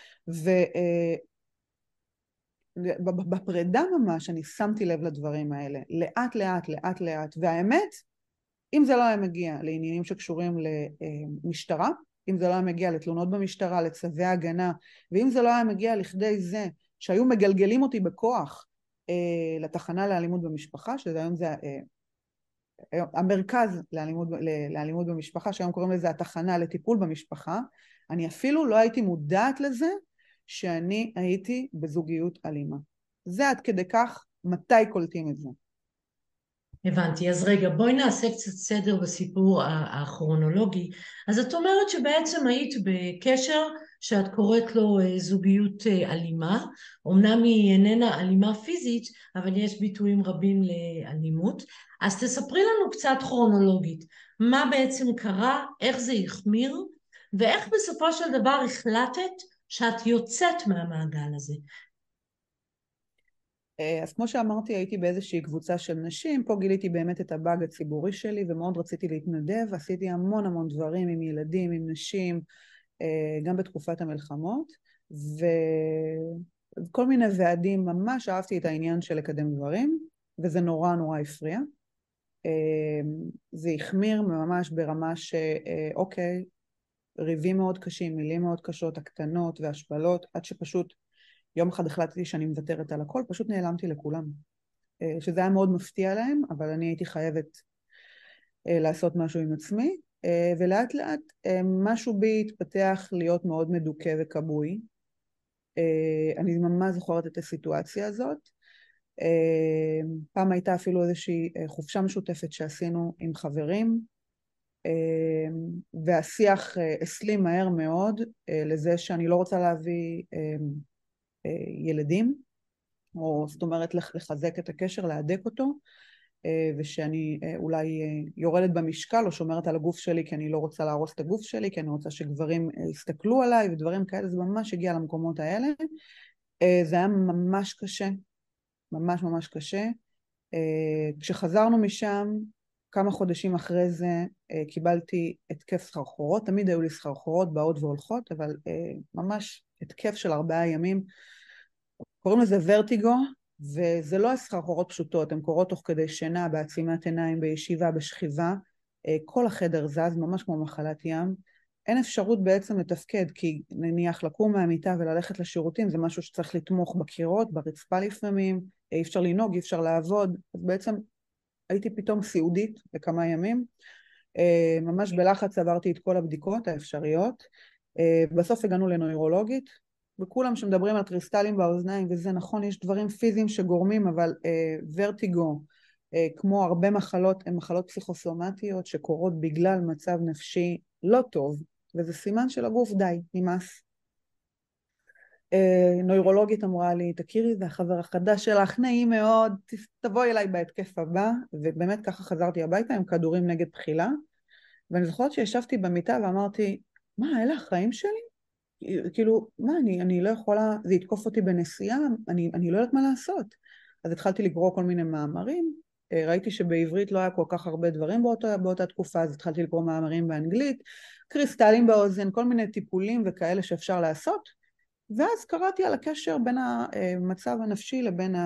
ובפרידה ממש אני שמתי לב לדברים האלה, לאט לאט, לאט לאט, והאמת, אם זה לא היה מגיע לעניינים שקשורים למשטרה, אם זה לא היה מגיע לתלונות במשטרה, לצווי הגנה, ואם זה לא היה מגיע לכדי זה שהיו מגלגלים אותי בכוח לתחנה לאלימות במשפחה, שזה היום זה המרכז לאלימות במשפחה, שהיום קוראים לזה התחנה לטיפול במשפחה, אני אפילו לא הייתי מודעת לזה שאני הייתי בזוגיות אלימה. זה עד כדי כך מתי קולטים את זה.
הבנתי, אז רגע, בואי נעשה קצת סדר בסיפור הכרונולוגי. אז את אומרת שבעצם היית בקשר שאת קוראת לו זוגיות אלימה, אמנם היא איננה אלימה פיזית, אבל יש ביטויים רבים לאלימות. אז תספרי לנו קצת כרונולוגית, מה בעצם קרה, איך זה החמיר, ואיך בסופו של דבר החלטת שאת יוצאת מהמעגל הזה.
אז כמו שאמרתי, הייתי באיזושהי קבוצה של נשים, פה גיליתי באמת את הבאג הציבורי שלי, ומאוד רציתי להתנדב, עשיתי המון המון דברים עם ילדים, עם נשים, גם בתקופת המלחמות, וכל מיני ועדים, ממש אהבתי את העניין של לקדם דברים, וזה נורא נורא הפריע. זה החמיר ממש ברמה שאוקיי, ריבים מאוד קשים, מילים מאוד קשות, הקטנות והשפלות, עד שפשוט יום אחד החלטתי שאני מוותרת על הכל, פשוט נעלמתי לכולם. שזה היה מאוד מפתיע להם, אבל אני הייתי חייבת לעשות משהו עם עצמי, ולאט לאט משהו בי התפתח להיות מאוד מדוכא וכבוי. אני ממש זוכרת את הסיטואציה הזאת. פעם הייתה אפילו איזושהי חופשה משותפת שעשינו עם חברים, והשיח הסלים מהר מאוד לזה שאני לא רוצה להביא ילדים, או זאת אומרת לחזק את הקשר, להדק אותו, ושאני אולי יורדת במשקל או שומרת על הגוף שלי כי אני לא רוצה להרוס את הגוף שלי, כי אני רוצה שגברים יסתכלו עליי ודברים כאלה. זה ממש הגיע למקומות האלה. זה היה ממש קשה, ממש ממש קשה. כשחזרנו משם, כמה חודשים אחרי זה קיבלתי התקף סחרחורות, תמיד היו לי סחרחורות באות והולכות, אבל ממש התקף של 4 ימים, קוראים לזה ורטיגו, וזה לא סחרחורות פשוטות, הן קורות תוך כדי שינה, בעצימת עיניים, בישיבה, בשכיבה, כל החדר זז, ממש כמו מחלת ים, אין אפשרות בעצם לתפקד, כי נניח לקום מהמיטה וללכת לשירותים, זה משהו שצריך לתמוך בקירות, ברצפה לפעמים, אי אפשר לנהוג, אי אפשר לעבוד, אז בעצם הייתי פתאום סיעודית לכמה ימים, ממש בלחץ עברתי את כל הבדיקות האפשריות, בסוף הגענו לנוירולוגית, וכולם שמדברים על קריסטלים באוזניים, וזה נכון, יש דברים פיזיים שגורמים, אבל ורטיגו, כמו הרבה מחלות, הן מחלות פסיכוסומטיות שקורות בגלל מצב נפשי לא טוב, וזה סימן של הגוף, די, נמאס. נוירולוגית אמרה לי, תכירי, זה החבר החדש שלך, נעים מאוד, תבואי אליי בהתקף הבא, ובאמת ככה חזרתי הביתה עם כדורים נגד בחילה, ואני זוכרת שישבתי במיטה ואמרתי, מה, אלה החיים שלי? כאילו, מה, אני לא יכולה, זה יתקוף אותי בנסיעה, אני לא יודעת מה לעשות. אז התחלתי לקרוא כל מיני מאמרים, ראיתי שבעברית לא היה כל כך הרבה דברים באותה תקופה, אז התחלתי לקרוא מאמרים באנגלית, קריסטלים באוזן, כל מיני טיפולים וכאלה שאפשר לעשות, ואז קראתי על הקשר בין המצב הנפשי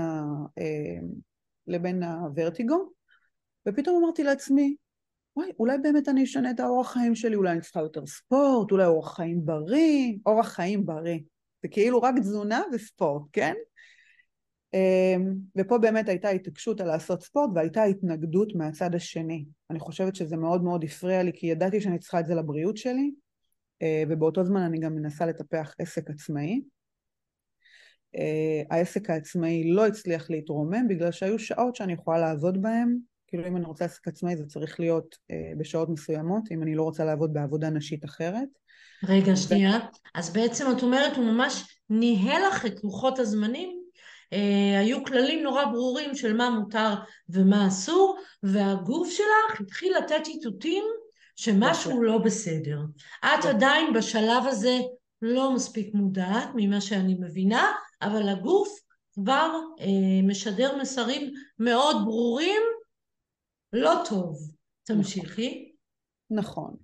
לבין הוורטיגו, ופתאום אמרתי לעצמי, וואי, אולי באמת אני אשנה את האורח חיים שלי, אולי אני צריכה יותר ספורט, אולי אורח חיים בריא. זה כאילו רק תזונה וספורט, כן? ופה באמת הייתה התעקשות על לעשות ספורט, והייתה התנגדות מהצד השני. אני חושבת שזה מאוד מאוד הפריע לי, כי ידעתי שאני צריכה את זה לבריאות שלי, ובאותו זמן אני גם מנסה לטפח עסק עצמאי. העסק העצמאי לא הצליח להתרומם, בגלל שהיו שעות שאני יכולה לעבוד בהן, כאילו אם אני רוצה עסק עצמאי זה צריך להיות בשעות מסוימות, אם אני לא רוצה לעבוד בעבודה נשית אחרת.
רגע, שנייה. אז בעצם את אומרת, הוא ממש ניהל לך את לוחות הזמנים, היו כללים נורא ברורים של מה מותר ומה אסור, והגוף שלך התחיל לתת איתותים
בהחלט.
שמשהו לא בסדר. את עדיין בשלב הזה לא מספיק מודעת ממה שאני מבינה, אבל הגוף כבר משדר מסרים מאוד ברורים, לא טוב.
נכון.
תמשיכי.
נכון.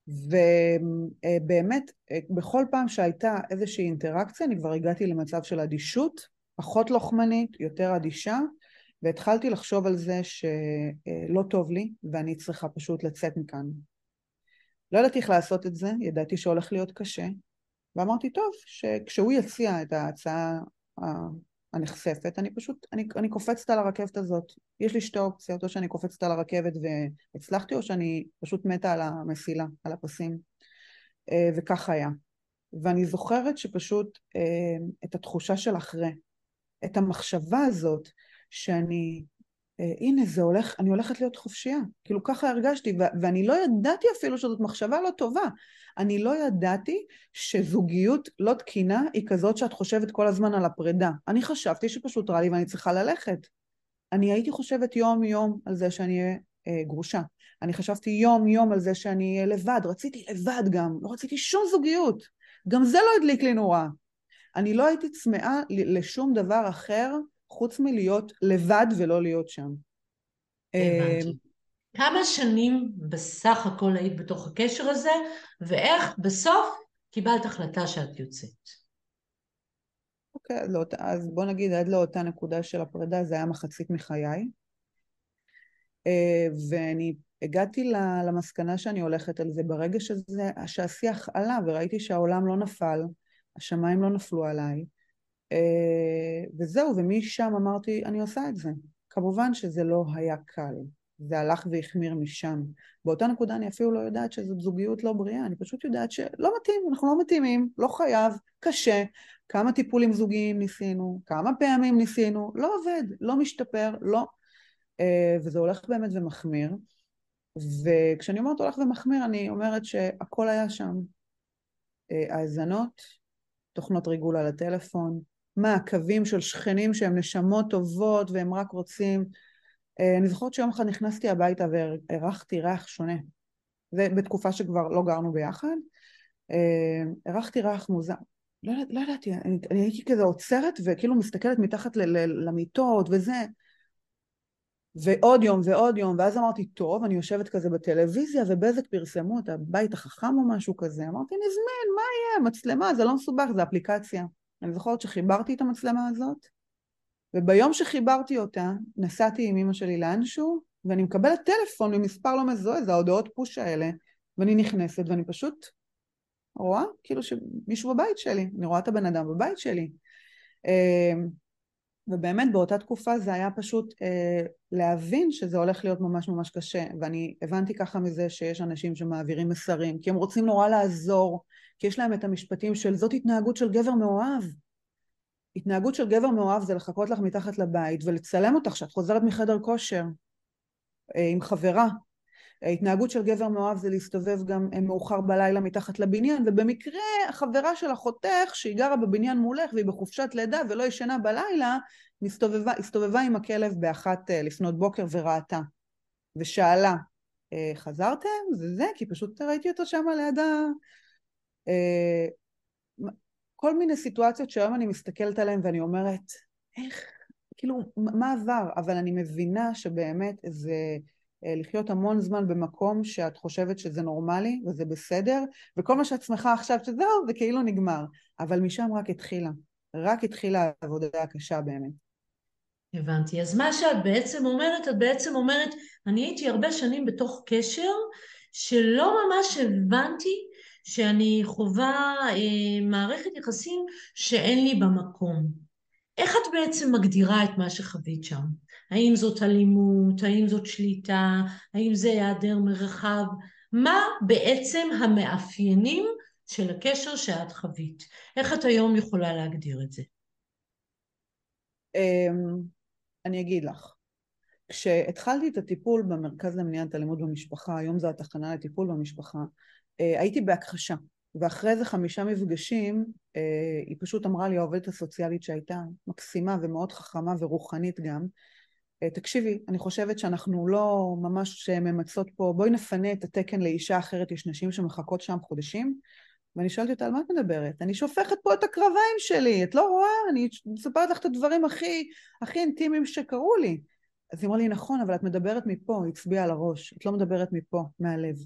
ובאמת, בכל פעם שהייתה איזושהי אינטראקציה, אני כבר הגעתי למצב של אדישות, פחות לוחמנית, יותר אדישה, והתחלתי לחשוב על זה שלא טוב לי, ואני צריכה פשוט לצאת מכאן. לא ידעתי איך לעשות את זה, ידעתי שהולך להיות קשה, ואמרתי, טוב, שכשהוא יציע את ההצעה הנחשפת, אני קופצת על הרכבת הזאת. יש לי שתי אופציות, או שאני קופצת על הרכבת והצלחתי, או שאני פשוט מתה על המסילה, על הפסים. וכך היה. ואני זוכרת שפשוט את התחושה של אחרי, את המחשבה הזאת, הנה זה הולך, אני הולכת להיות חופשייה. כאילו ככה הרגשתי, ואני לא ידעתי אפילו שזאת מחשבה לא טובה. אני לא ידעתי שזוגיות לא תקינה היא כזאת שאת חושבת כל הזמן על הפרידה. אני חשבתי שפשוט רע לי ואני צריכה ללכת. אני הייתי חושבת יום יום על זה שאני אהיה גרושה. אני חשבתי יום יום על זה שאני אהיה לבד. רציתי לבד גם, לא רציתי שום זוגיות. גם זה לא הדליק לי נורא. אני לא הייתי צמאה לשום דבר אחר חוץ מלהיות לבד ולא להיות שם.
הבנתי. כמה שנים בסך הכל היית בתוך הקשר הזה, ואיך בסוף קיבלת החלטה שאת יוצאת?
אוקיי, אז בוא נגיד עד לאותה נקודה של הפרידה זה היה מחצית מחיי, ואני הגעתי למסקנה שאני הולכת על זה ברגע שהשיח עלה וראיתי שהעולם לא נפל, השמיים לא נפלו עליי, וזהו, ומשם אמרתי אני עושה את זה. כמובן שזה לא היה קל, זה הלך והחמיר משם. באותה נקודה אני אפילו לא יודעת שזו זוגיות לא בריאה, אני פשוט יודעת שלא מתאים, אנחנו לא מתאימים, לא חייב, קשה. כמה טיפולים זוגיים ניסינו, כמה פעמים ניסינו, לא עובד, לא משתפר, לא. וזה הולך באמת ומחמיר. וכשאני אומרת הולך ומחמיר, אני אומרת שהכל היה שם. האזנות, תוכנות ריגול על הטלפון, מעקבים של שכנים שהם נשמות טובות והם רק רוצים. אני זוכרת שיום אחד נכנסתי הביתה והרחתי ריח שונה. זה בתקופה שכבר לא גרנו ביחד. הרחתי ריח מוזר. לא ידעתי, אני הייתי כזה עוצרת וכאילו מסתכלת מתחת למיטות וזה. ועוד יום ועוד יום, ואז אמרתי, טוב, אני יושבת כזה בטלוויזיה, ובזק פרסמו את הבית החכם או משהו כזה. אמרתי, נזמן, מה יהיה? מצלמה, זה לא מסובך, זה אפליקציה. אני זוכרת שחיברתי את המצלמה הזאת, וביום שחיברתי אותה, נסעתי עם אמא שלי לאנשהו, ואני מקבלת טלפון ממספר לא מזוהה, זה ההודעות פוש האלה, ואני נכנסת, ואני פשוט רואה כאילו שמישהו בבית שלי, אני רואה את הבן אדם בבית שלי. ובאמת באותה תקופה זה היה פשוט להבין שזה הולך להיות ממש ממש קשה, ואני הבנתי ככה מזה שיש אנשים שמעבירים מסרים, כי הם רוצים נורא לעזור, כי יש להם את המשפטים של זאת התנהגות של גבר מאוהב. התנהגות של גבר מאוהב זה לחכות לך מתחת לבית ולצלם אותך שאת חוזרת מחדר כושר עם חברה. ההתנהגות של גבר מאוהב זה להסתובב גם מאוחר בלילה מתחת לבניין, ובמקרה החברה של החותך שהיא גרה בבניין מולך והיא בחופשת לידה ולא ישנה בלילה, הסתובבה עם הכלב באחת לפנות בוקר וראתה ושאלה, חזרתם? זה כי פשוט ראיתי אותו שם לידה. כל מיני סיטואציות שהיום אני מסתכלת עליהן ואני אומרת, איך, כאילו, מה עבר? אבל אני מבינה שבאמת זה לחיות המון זמן במקום שאת חושבת שזה נורמלי וזה בסדר, וכל מה שאת שמחה עכשיו שזהו, זה כאילו נגמר. אבל משם רק התחילה העבודה הקשה באמת.
הבנתי. אז מה שאת בעצם אומרת, את בעצם אומרת, אני הייתי הרבה שנים בתוך קשר, שלא ממש הבנתי שאני חווה מערכת יחסים שאין לי במקום. איך את בעצם מגדירה את מה שחווית שם? האם זאת אלימות? האם זאת שליטה? האם זה היעדר מרחב? מה בעצם המאפיינים של הקשר שאת חווית? איך את היום יכולה להגדיר את זה?
אני אגיד לך, כשהתחלתי את הטיפול במרכז למניעת אלימות במשפחה, היום זו התחנה לטיפול במשפחה, הייתי בהכחשה, ואחרי איזה 5 מפגשים, היא פשוט אמרה לי, העובדת הסוציאלית שהייתה מקסימה ומאוד חכמה ורוחנית גם, תקשיבי, אני חושבת שאנחנו לא ממש ממצות פה, בואי נפנה את התקן לאישה אחרת, יש נשים שמחכות שם חודשים, ואני שואלת אותה, על מה את מדברת? אני שופכת פה את הקרביים שלי, את לא רואה? אני מספרת לך את הדברים הכי אינטימיים שקרו לי. אז היא אמרה לי, נכון, אבל את מדברת מפה, היא הצביעה על הראש, את לא מדברת מפה, מהלב.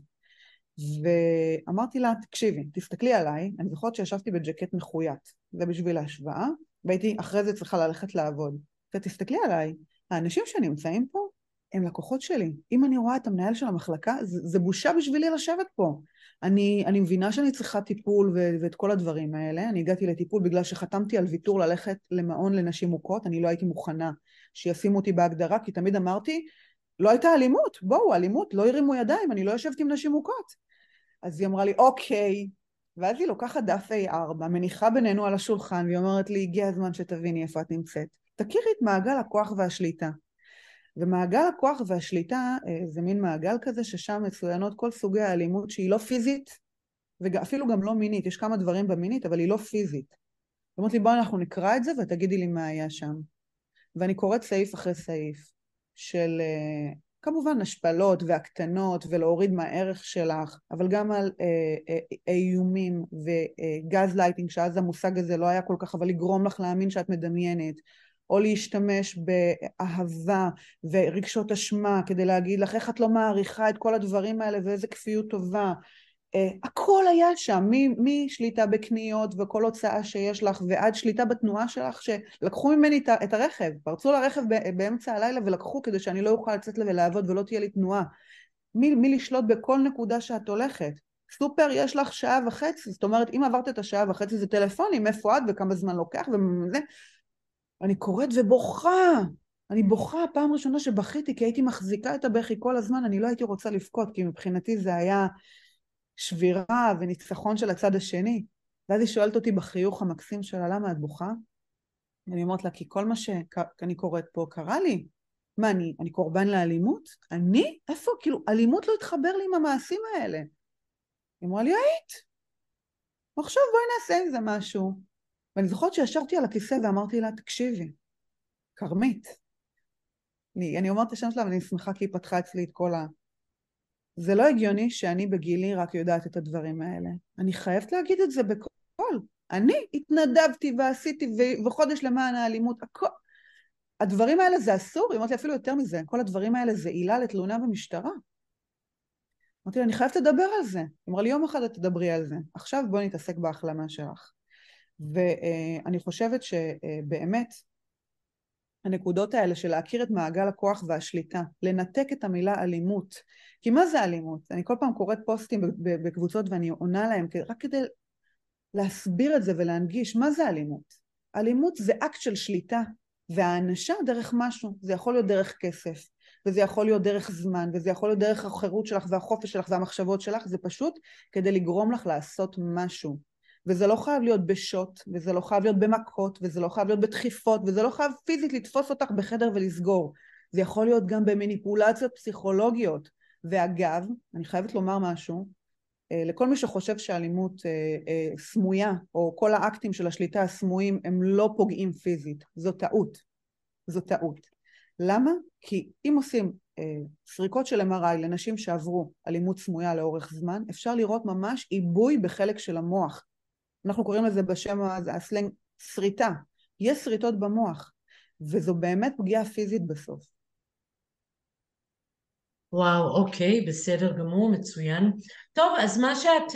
ואמרתי לה, תקשיבי, תסתכלי עליי, אני זוכרת שישבתי בג'קט מחויית, זה בשביל ההשוואה, והייתי אחרי זה צריכה ללכת לעבוד. תסתכלי עליי, האנשים שנמצאים פה הם לקוחות שלי. אם אני רואה את המנהל של המחלקה, זה בושה בשבילי לשבת פה. אני מבינה שאני צריכה טיפול ואת כל הדברים האלה. אני הגעתי לטיפול בגלל שחתמתי על ויתור ללכת למעון לנשים מוכות, אני לא הייתי מוכנה שישימו אותי בהגדרה, כי תמיד אמרתי, לא הייתה אלימות, בואו, אלימות, לא הרימו ידיים, אני לא יושבת עם נשים מוכות. אז היא אמרה לי, אוקיי, ואז היא לוקחת דף A4, מניחה בינינו על השולחן, והיא אומרת לי, הגיע הזמן שתביני איפה את נמצאת. תכירי את מעגל הכוח והשליטה. ומעגל הכוח והשליטה זה מין מעגל כזה ששם מצוינות כל סוגי האלימות שהיא לא פיזית, ואפילו גם לא מינית, יש כמה דברים במינית, אבל היא לא פיזית. היא אומרת לי, בואי אנחנו נקרא את זה ותגידי לי מה היה שם. ואני קוראת סעיף אחרי סעיף של כמובן השפלות והקטנות ולהוריד מהערך שלך, אבל גם על איומים וגז לייטינג, שאז המושג הזה לא היה כל כך, אבל לגרום לך להאמין שאת מדמיינת, או להשתמש באהבה ורגשות אשמה כדי להגיד לך איך את לא מעריכה את כל הדברים האלה ואיזה כפיות טובה. הכל היה שם, משליטה בקניות וכל הוצאה שיש לך ועד שליטה בתנועה שלך, שלקחו ממני את הרכב, פרצו לרכב באמצע הלילה ולקחו כדי שאני לא אוכל לצאת ולעבוד ולא תהיה לי תנועה. מי לשלוט בכל נקודה שאת הולכת. סופר יש לך 1.5 שעות, זאת אומרת אם עברת את 1.5 שעות זה טלפונים, איפה את וכמה זמן לוקח וזה. אני קוראת ובוכה, אני בוכה, פעם ראשונה שבכיתי כי הייתי מחזיקה את הבכי כל הזמן, אני לא הייתי רוצה לבכות כי מבחינתי זה היה שבירה וניצחון של הצד השני. ואז היא שואלת אותי בחיוך המקסים שלה, למה את בוכה? ואני אומרת לה, כי כל מה שאני קוראת פה קרה לי. מה, אני קורבן לאלימות? אני? איפה? כאילו, אלימות לא התחבר לי עם המעשים האלה. היא אמרה לי, היית. עכשיו בואי נעשה עם זה משהו. ואני זוכרת שישבתי על הכיסא ואמרתי לה, תקשיבי, כרמית. אני אומרת את השם שלה ואני שמחה כי היא פתחה אצלי את כל זה לא הגיוני שאני בגילי רק יודעת את הדברים האלה. אני חייבת להגיד את זה בכל. אני התנדבתי ועשיתי וחודש למען האלימות. הכל. הדברים האלה זה אסור, אמרתי אפילו יותר מזה. כל הדברים האלה זה עילה לתלונה במשטרה. אמרתי לה, אני חייבת לדבר על זה. אמרה לי, יום אחד את תדברי על זה. עכשיו בואי נתעסק בהחלמה שלך. ואני חושבת שבאמת, הנקודות האלה של להכיר את מעגל הכוח והשליטה, לנתק את המילה אלימות, כי מה זה אלימות? אני כל פעם קוראת פוסטים בקבוצות ואני עונה להם, רק כדי להסביר את זה ולהנגיש, מה זה אלימות? אלימות זה אקט של שליטה, והאנשה דרך משהו, זה יכול להיות דרך כסף, וזה יכול להיות דרך זמן, וזה יכול להיות דרך החירות שלך והחופש שלך והמחשבות שלך, זה פשוט כדי לגרום לך לעשות משהו. וזה לא חייב להיות בשוט, וזה לא חייב להיות במכות, וזה לא חייב להיות בדחיפות, וזה לא חייב פיזית לתפוס אותך בחדר ולסגור. זה יכול להיות גם במניפולציות פסיכולוגיות. ואגב, אני חייבת לומר משהו, לכל מי שחושב שאלימות סמויה, או כל האקטים של השליטה הסמויים, הם לא פוגעים פיזית. זו טעות. זו טעות. למה? כי אם עושים סריקות של MRI לנשים שעברו אלימות סמויה לאורך זמן, אפשר לראות ממש עיבוי בחלק של המוח. אנחנו קוראים לזה בשם הסלנג שריטה. יש שריטות במוח, וזו באמת פגיעה פיזית בסוף.
וואו, אוקיי, בסדר גמור, מצוין. טוב, אז מה שאת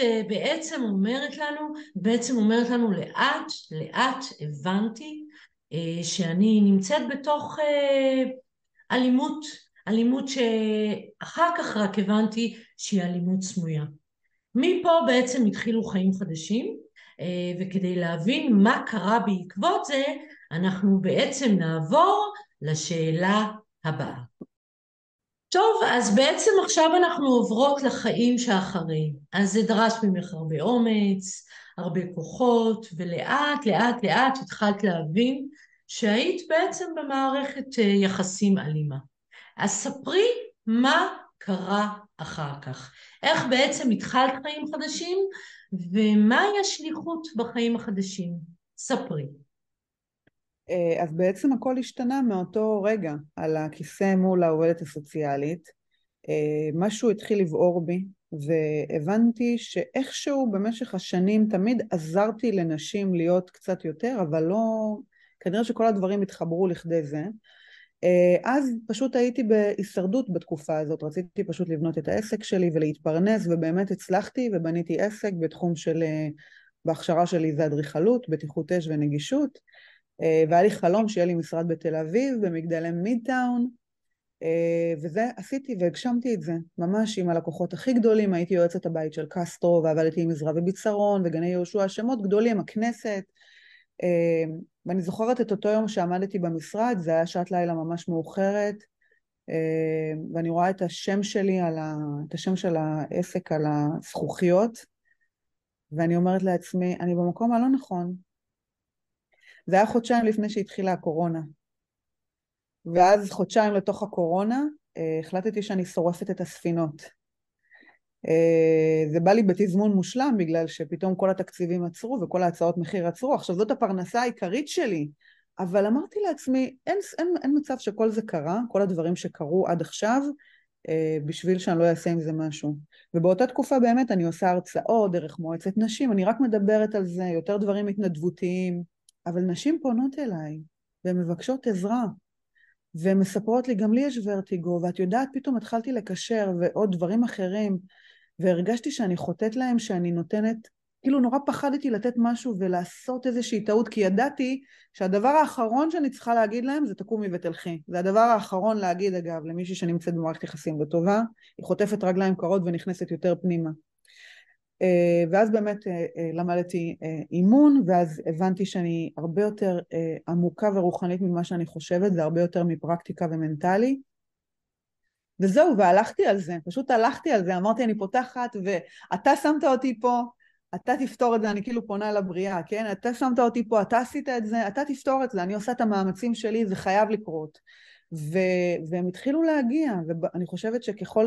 בעצם אומרת לנו לאט, לאט הבנתי שאני נמצאת בתוך אלימות, אלימות שאחר כך רק הבנתי שהיא אלימות סמויה. מפה בעצם התחילו חיים חדשים, וכדי להבין מה קרה בעקבות זה, אנחנו בעצם נעבור לשאלה הבאה. טוב, אז בעצם עכשיו אנחנו עוברות לחיים שאחרי. אז זה דרש ממך הרבה אומץ, הרבה כוחות, ולאט, לאט, לאט התחלת להבין שהיית בעצם במערכת יחסים אלימה. אז ספרי מה קרה אחר כך. איך בעצם התחלת חיים חדשים, ומהי השליחות בחיים החדשים. ספרי.
אז בעצם הכל השתנה מאותו רגע על הכיסא מול העובדת הסוציאלית. משהו התחיל לבעור בי, והבנתי שאיכשהו במשך השנים תמיד עזרתי לנשים להיות קצת יותר, אבל לא, כנראה שכל הדברים התחברו לכדי זה. אז פשוט הייתי בהישרדות בתקופה הזאת, רציתי פשוט לבנות את העסק שלי ולהתפרנס, ובאמת הצלחתי ובניתי עסק בתחום של, בהכשרה שלי זה אדריכלות, בטיחות אש ונגישות, והיה לי חלום שיהיה לי משרד בתל אביב, במגדלי מידטאון, וזה עשיתי והגשמתי את זה, ממש עם הלקוחות הכי גדולים, הייתי יועצת הבית של קסטרו, ועבדתי עם עזרא וביצרון, וגני יהושע, שמות גדולים, הכנסת, ואני זוכרת את אותו יום שעמדתי במשרד, זה היה שעת לילה ממש מאוחרת, ואני רואה את השם שלי, את השם של העסק על הזכוכיות, ואני אומרת לעצמי, אני במקום הלא נכון. זה היה חודשיים לפני שהתחילה הקורונה. ואז חודשיים לתוך הקורונה, החלטתי שאני שורפת את הספינות. זה בא לי בתזמון מושלם, בגלל שפתאום כל התקציבים עצרו וכל ההצעות מחיר עצרו. עכשיו זאת הפרנסה העיקרית שלי, אבל אמרתי לעצמי, אין מצב שכל זה קרה, כל הדברים שקרו עד עכשיו, בשביל שאני לא אעשה עם זה משהו. ובאותה תקופה באמת אני עושה הרצאות דרך מועצת נשים, אני רק מדברת על זה, יותר דברים התנדבותיים, אבל נשים פונות אליי, והן מבקשות עזרה, והן מספרות לי, גם לי יש ורטיגו, ואת יודעת, פתאום התחלתי לקשר ועוד דברים אחרים, והרגשתי שאני חוטאת להם, שאני נותנת, כאילו נורא פחדתי לתת משהו ולעשות איזושהי טעות, כי ידעתי שהדבר האחרון שאני צריכה להגיד להם זה תקומי ותלכי. זה הדבר האחרון להגיד, אגב, למישהי שנמצאת במערכת יחסים וטובה, היא חוטפת רגליים קרות ונכנסת יותר פנימה. ואז באמת למדתי אימון, ואז הבנתי שאני הרבה יותר עמוקה ורוחנית ממה שאני חושבת, זה הרבה יותר מפרקטיקה ומנטלי. וזהו, והלכתי על זה, פשוט הלכתי על זה, אמרתי אני פותחת ואתה שמת אותי פה, אתה תפתור את זה, אני כאילו פונה לבריאה, כן? אתה שמת אותי פה, אתה עשית את זה, אתה תפתור את זה, אני עושה את המאמצים שלי, זה חייב לקרות. והם התחילו להגיע, ואני חושבת שככל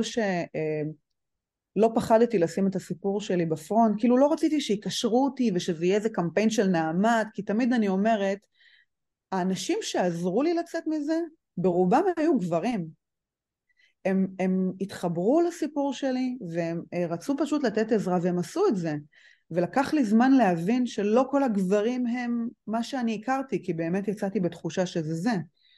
לא פחדתי לשים את הסיפור שלי בפרונט, כאילו לא רציתי שיקשרו אותי ושזה יהיה איזה קמפיין של נעמת, כי תמיד אני אומרת, האנשים שעזרו לי לצאת מזה, ברובם היו גברים. הם התחברו לסיפור שלי, והם רצו פשוט לתת עזרה, והם עשו את זה. ולקח לי זמן להבין שלא כל הגברים הם מה שאני הכרתי, כי באמת יצאתי בתחושה שזה זה.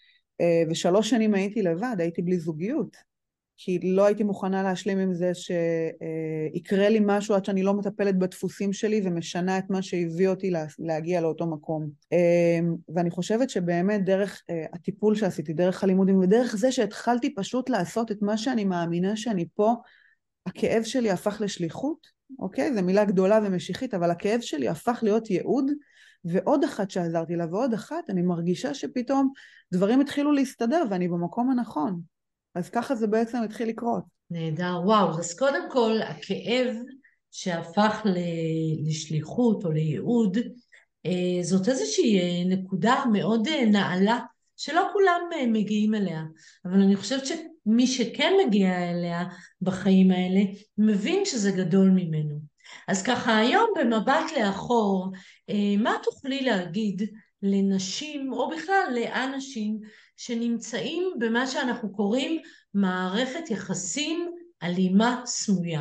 ו3 שנים הייתי לבד, הייתי בלי זוגיות. כי לא הייתי מוכנה להשלים עם זה שיקרה לי משהו עד שאני לא מטפלת בדפוסים שלי ומשנה את מה שהביא אותי להגיע לאותו מקום. ואני חושבת שבאמת דרך הטיפול שעשיתי, דרך הלימודים ודרך זה שהתחלתי פשוט לעשות את מה שאני מאמינה שאני פה, הכאב שלי הפך לשליחות, אוקיי? זו מילה גדולה ומשיחית, אבל הכאב שלי הפך להיות ייעוד, ועוד אחת שעזרתי לה ועוד אחת, אני מרגישה שפתאום דברים התחילו להסתדר ואני במקום הנכון. אז ככה זה בעצם התחיל לקרות.
נהדר, וואו, אז קודם כל הכאב שהפך לשליחות או לייעוד, זאת איזושהי נקודה מאוד נעלה, שלא כולם מגיעים אליה, אבל אני חושבת שמי שכן מגיע אליה בחיים האלה, מבין שזה גדול ממנו. אז ככה היום במבט לאחור, מה תוכלי להגיד לנשים, או בכלל לאנשים, שנמצאים במה שאנחנו קוראים מערכת יחסים אלימה סמויה?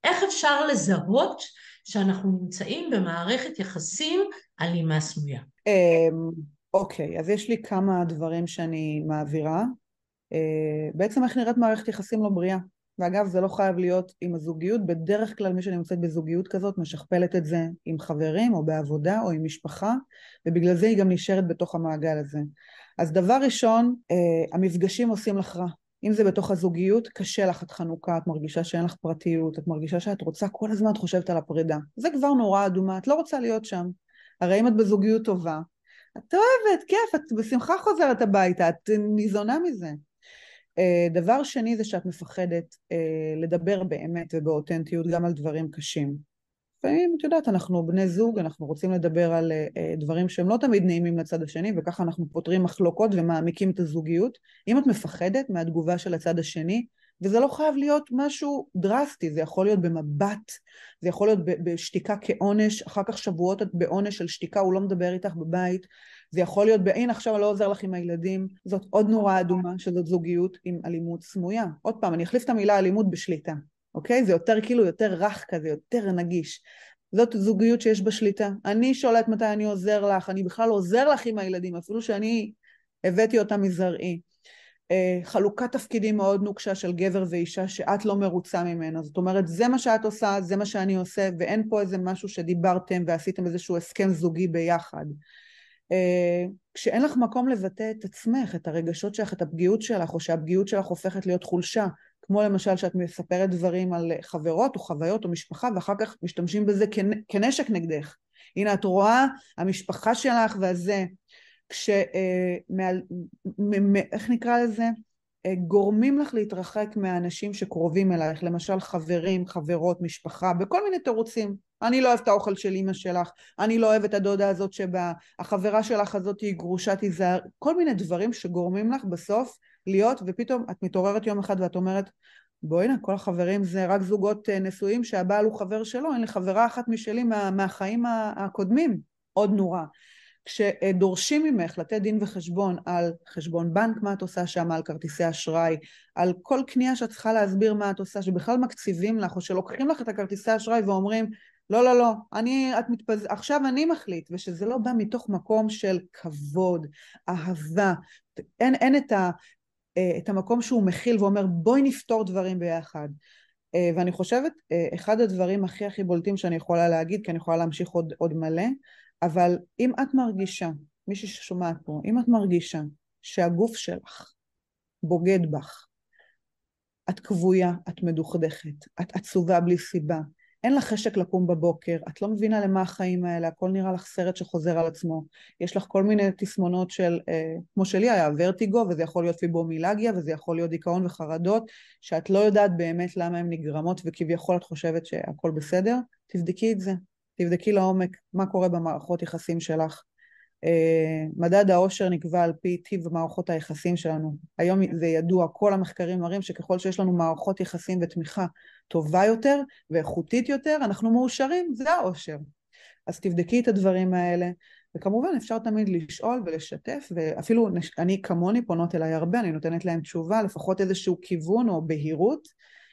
איך אפשר לזהות שאנחנו נמצאים במערכת יחסים אלימה סמויה?
אוקיי, אז יש לי כמה דברים שאני מעבירה. בעצם איך נראית מערכת יחסים לא בריאה. ואגב, זה לא חייב להיות עם הזוגיות, בדרך כלל מי שנמצאת בזוגיות כזאת משכפלת את זה עם חברים או בעבודה או עם משפחה, ובגלל זה היא גם נשארת בתוך המעגל הזה. אז דבר ראשון, המפגשים עושים לך רע. אם זה בתוך הזוגיות, קשה לך, את חנוכה, את מרגישה שאין לך פרטיות, את מרגישה שאת רוצה, כל הזמן את חושבת על הפרידה. זה כבר נורא אדומה, את לא רוצה להיות שם. הרי אם את בזוגיות טובה, את אוהבת, כיף, את בשמחה חוזרת הביתה, את ניזונה מזה. דבר שני זה שאת מפחדת לדבר באמת ובאותנטיות גם על דברים קשים. לפעמים, את יודעת, אנחנו בני זוג, אנחנו רוצים לדבר על דברים שהם לא תמיד נעימים לצד השני, וככה אנחנו פותרים מחלוקות ומעמיקים את הזוגיות. אם את מפחדת מהתגובה של הצד השני, וזה לא חייב להיות משהו דרסטי, זה יכול להיות במבט, זה יכול להיות בשתיקה כעונש, אחר כך שבועות את בעונש של שתיקה, הוא לא מדבר איתך בבית, זה יכול להיות הנה עכשיו לא עוזר לך עם הילדים, זאת עוד נורא אדומה שזאת זוגיות עם אלימות סמויה. עוד פעם, אני אחליף את המילה אלימות בשליטה, אוקיי? זה יותר כאילו יותר רך כזה, יותר נגיש. זאת זוגיות שיש בה שליטה. אני שולט מתי אני עוזר לך, אני בכלל לא עוזר לך עם הילדים, אפילו שאני הבאתי אותם מזרעי. חלוקת תפקידים מאוד נוקשה של גבר ואישה שאת לא מרוצה ממנה. זאת אומרת, זה מה שאת עושה, זה מה שאני עושה, ואין פה איזה משהו שדיברתם ועשיתם איזשהו הסכם זוגי ביחד. כשאין לך מקום לבטא את עצמך, את הרגשות שלך, את הפגיעות שלך, או שהפגיעות שלך הופכת להיות חולשה, כמו למשל שאת מספרת דברים על חברות או חוויות או משפחה, ואחר כך משתמשים בזה כנשק נגדך. הנה את רואה, המשפחה שלך והזה, איך נקרא לזה? גורמים לך להתרחק מהאנשים שקרובים אלייך, למשל חברים, חברות, משפחה, בכל מיני תירוצים. אני לא אוהב את האוכל של אמא שלך, אני לא אוהב את הדודה הזאת שבה, החברה שלך הזאת היא גרושה, תיזהר, כל מיני דברים שגורמים לך בסוף להיות, ופתאום את מתעוררת יום אחד ואת אומרת, בואי נה, כל החברים זה רק זוגות נשואים שהבעל הוא חבר שלו, אין לי חברה אחת משלי מהחיים הקודמים, עוד נורא. כשדורשים ממך לתת דין וחשבון על חשבון בנק, מה את עושה שם, על כרטיסי אשראי, על כל קנייה שאת צריכה להסביר מה את עושה, שבכלל מקציבים לך, או שלוקחים לך את הכרטיסי אשראי ואומרים, לא, לא, לא, עכשיו אני מחליט, ושזה לא בא מתוך מקום של כבוד, אהבה, אין את המקום שהוא מכיל ואומר, בואי נפתור דברים ביחד. ואני חושבת, אחד הדברים הכי בולטים שאני יכולה להגיד, כי אני יכולה להמשיך עוד מלא, אבל אם את מרגישה, מישהי ששומעת פה, אם את מרגישה שהגוף שלך בוגד בך, את כבויה, את מדוכדכת, את עצובה בלי סיבה, אין לך חשק לקום בבוקר, את לא מבינה למה החיים האלה, הכל נראה לך סרט שחוזר על עצמו, יש לך כל מיני תסמונות של, כמו שלי היה ורטיגו, וזה יכול להיות פיברומיאלגיה, וזה יכול להיות דיכאון וחרדות, שאת לא יודעת באמת למה הן נגרמות, וכביכול את חושבת שהכל בסדר, תבדקי את זה. תבדקי לעומק מה קורה במערכות יחסים שלך. מדד העושר נקבע על פי טיב מערכות היחסים שלנו. היום זה ידוע, כל המחקרים מראים שככל שיש לנו מערכות יחסים ותמיכה טובה יותר ואיכותית יותר, אנחנו מאושרים, זה העושר. אז תבדקי את הדברים האלה, וכמובן אפשר תמיד לשאול ולשתף, ואפילו אני כמוני פונות אליי הרבה, אני נותנת להם תשובה, לפחות איזשהו כיוון או בהירות,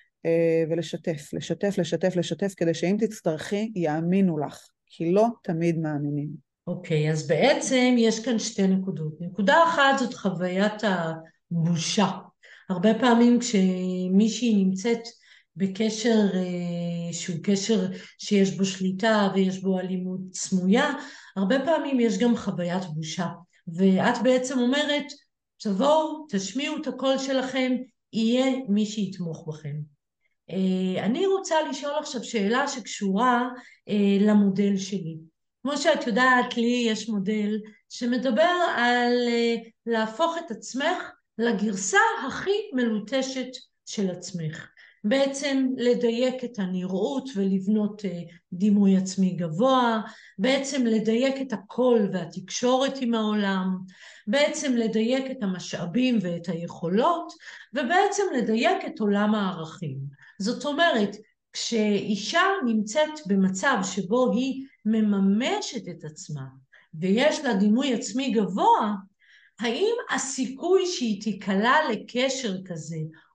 ולשתף, כדי שאם תצטרכי, יאמינו לך, כי לא תמיד מאמינים.
אוקיי, אז בעצם יש כאן שתי נקודות. נקודה אחת זאת חוויית הבושה. הרבה פעמים כשמישהי נמצאת בקשר שהוא קשר שיש בו שליטה ויש בו אלימות סמויה, הרבה פעמים יש גם חוויית בושה. ואת בעצם אומרת, תבואו, תשמיעו את הקול שלכם, יהיה מי שיתמוך בכם. אני רוצה לשאול עכשיו שאלה שקשורה למודל שלי. כמו שאת יודעת, לי יש מודל שמדבר על להפוך את עצמך לגרסה הכי מלוטשת של עצמך. בעצם לדייק את הנראות ולבנות דימוי עצמי גבוה, בעצם לדייק את הקול והתקשורת עם העולם, בעצם לדייק את המשאבים ואת היכולות, ובעצם לדייק את עולם הערכים. זאת אומרת, כשאישה נמצאת במצב שבו היא מממשת את עצמה, ויש לה דימוי עצמי גבוה, האם הסיכוי שהיא תיקלע לקשר כזה,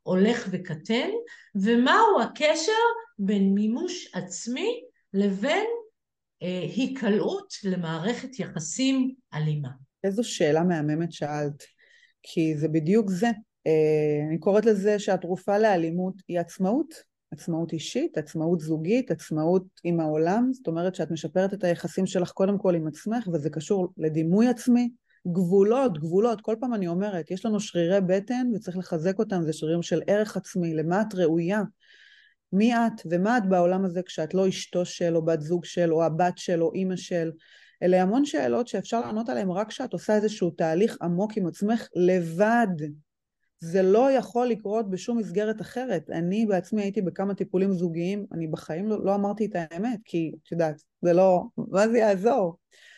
הולך וקטן, ומהו הקשר בין מימוש עצמי לבין היקלעות למערכת יחסים אלימה.
איזו שאלה מהממת שאלת, כי זה בדיוק זה. אני קוראת לזה שהתרופה לאלימות היא עצמאות, עצמאות אישית, עצמאות זוגית, עצמאות עם העולם, זאת אומרת שאת משפרת את היחסים שלך קודם כל עם עצמך, וזה קשור לדימוי עצמי, גבולות, גבולות, כל פעם אני אומרת, יש לנו שרירי בטן וצריך לחזק אותם, זה שרירים של ערך עצמי, למה את ראויה, מי את ומה את בעולם הזה כשאת לא אשתו של או בת זוג של או הבת של או אמא של, אלה המון שאלות שאפשר לענות עליהן רק כשאת עושה איזשהו תהליך עמוק עם עצמך לבד. זה לא יכול לקרות בשום מסגרת אחרת. אני בעצמי הייתי בכמה טיפולים זוגיים, אני בחיים לא אמרתי את האמת, כי את יודעת, זה לא, מה זה יעזור?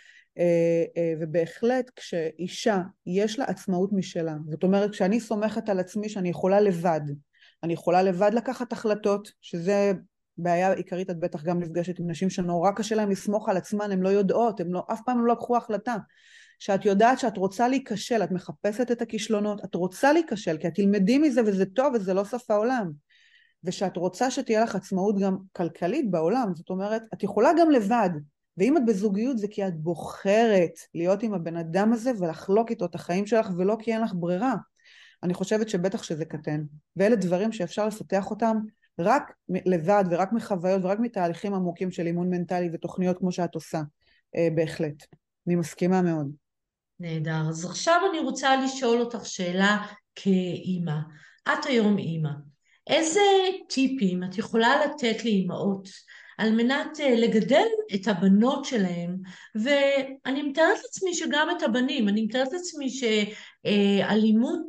ובהחלט כשאישה יש לה עצמאות משלה, זאת אומרת כשאני סומכת על עצמי שאני יכולה לבד, אני יכולה לבד לקחת החלטות, שזה בעיה עיקרית, את בטח גם נפגשת עם נשים שנורא קשה להם לסמוך על עצמן, הן לא יודעות, אף פעם לא לקחו החלטה. שאת יודעת שאת רוצה להיכשל, את מחפשת את הכישלונות, את רוצה להיכשל, כי את תלמדי מזה וזה טוב וזה לא סוף העולם. ושאת רוצה שתהיה לך עצמאות גם כלכלית בעולם, זאת אומרת, את יכולה גם לבד, ואם את בזוגיות זה כי את בוחרת להיות עם הבן אדם הזה ולחלוק איתו את החיים שלך ולא כי אין לך ברירה. אני חושבת שבטח שזה קטן, ואלה דברים שאפשר לפתח אותם רק לבד ורק מחוויות ורק מתהליכים עמוקים של אימון מנטלי ותוכניות כמו שאת עושה, בהחלט. אני מסכימה מאוד.
נהדר. אז עכשיו אני רוצה לשאול אותך שאלה כאימא. את היום אימא. איזה טיפים את יכולה לתת לאימהות על מנת לגדל את הבנות שלהם? ואני מתארת לעצמי שגם את הבנים. אני מתארת לעצמי שאלימות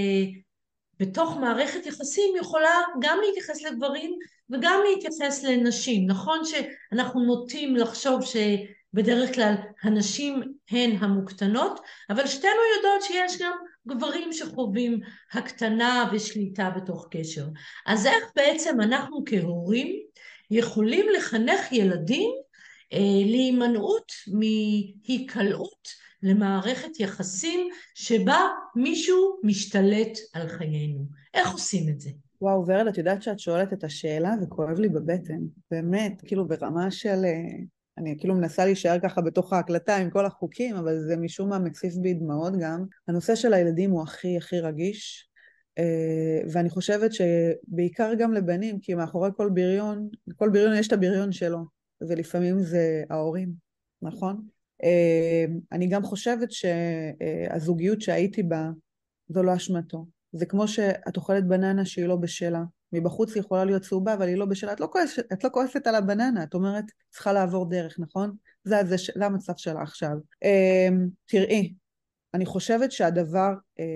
בתוך מערכת יחסים יכולה גם להתייחס לגברים וגם להתייחס לנשים. נכון שאנחנו נוטים לחשוב שבדרך כלל הנשים הן המוקטנות, אבל שתינו יודעות שיש גם גברים שחווים הקטנה ושליטה בתוך קשר. אז איך בעצם אנחנו כהורים יכולים לחנך ילדים להימנעות מהיקלעות למערכת יחסים שבה מישהו משתלט על חיינו? איך עושים את זה?
וואו, ורל, את יודעת שאת שואלת את השאלה וכואב לי בבטן. באמת, כאילו ברמה של... אני כאילו מנסה להישאר ככה בתוך ההקלטה עם כל החוקים, אבל זה משום מה מציף בי דמעות גם. הנושא של הילדים הוא הכי הכי רגיש, ואני חושבת שבעיקר גם לבנים, כי מאחורי כל בריון יש את הבריון שלו, ולפעמים זה ההורים, נכון? אני גם חושבת שהזוגיות שהייתי בה, זו לא אשמתו. זה כמו שאת אוכלת בננה שהיא לא בשלה. מבחוץ היא יכולה להיות צהובה, אבל היא לא בשלה. את לא כועסת על הבננה, את אומרת, צריכה לעבור דרך, נכון? זה המצב שלה עכשיו. תראי, אני חושבת שהדבר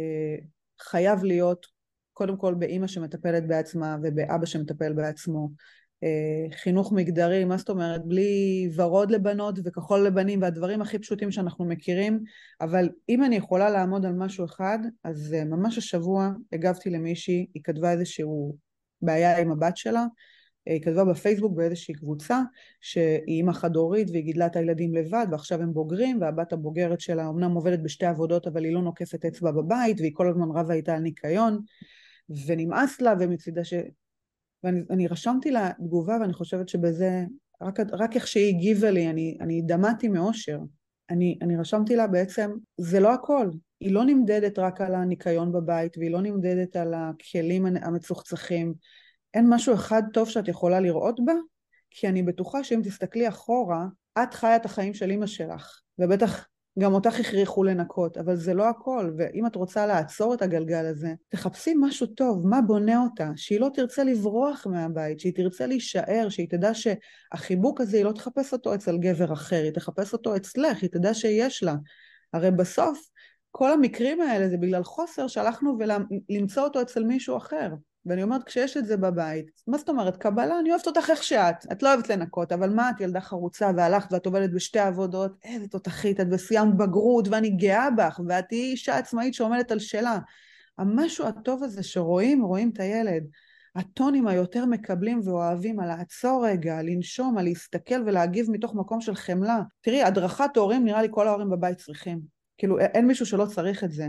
חייב להיות, קודם כל באמא שמטפלת בעצמה, ובאבא שמטפל בעצמו. חינוך מגדרי, מה זאת אומרת? בלי ורוד לבנות וכחול לבנים, והדברים הכי פשוטים שאנחנו מכירים, אבל אם אני יכולה לעמוד על משהו אחד, אז ממש השבוע הגבתי למישהי, היא כתבה איזשהו בעיה עם הבת שלה, היא כתבה בפייסבוק באיזושהי קבוצה, שהיא אימא חד-הורית והיא גידלה את הילדים לבד, ועכשיו הם בוגרים, והבת הבוגרת שלה אמנם עובדת בשתי עבודות, אבל היא לא נוקפת אצבע בבית, והיא כל הזמן רבה איתה על ניקיון, ונמאס לה, ומצידה ואני רשמתי לה תגובה, ואני חושבת שבזה, רק איך שהיא הגיבה לי, אני דמעתי מאושר. אני רשמתי לה בעצם, זה לא הכל. היא לא נמדדת רק על הניקיון בבית, והיא לא נמדדת על הכלים המצוחצחים. אין משהו אחד טוב שאת יכולה לראות בה, כי אני בטוחה שאם תסתכלי אחורה, את חיה את החיים של אמא שלך, ובטח גם אותך הכריחו לנקות, אבל זה לא הכל, ואם את רוצה לעצור את הגלגל הזה, תחפשי משהו טוב, מה בונה אותה, שהיא לא תרצה לברוח מהבית, שהיא תרצה להישאר, שהיא תדע שהחיבוק הזה, היא לא תחפש אותו אצל גבר אחר, היא תחפש אותו אצלך, היא תדע שיש לה. הרי בסוף, כל המקרים האלה זה בגלל חוסר שהלכנו ולמצוא אותו אצל מישהו אחר. ואני אומרת, כשיש את זה בבית, מה זאת אומרת? קבלה, אני אוהבת אותך איך שאת. את לא אוהבת לנקות, אבל מה, את ילדה חרוצה והלכת ואת עובדת בשתי עבודות, איזה תותחית, את בסיימת בגרות ואני גאה בך, ואת היא אישה עצמאית שעומדת על שלה. המשהו הטוב הזה רואים את הילד. הטונים היותר מקבלים ואוהבים על לעצור רגע, לנשום, על להסתכל ולהגיב מתוך מקום של חמלה. תראי, הדרכת הורים, נראה לי כל ההורים בבית צריכים. כאילו, אין מישהו שלא צריך את זה.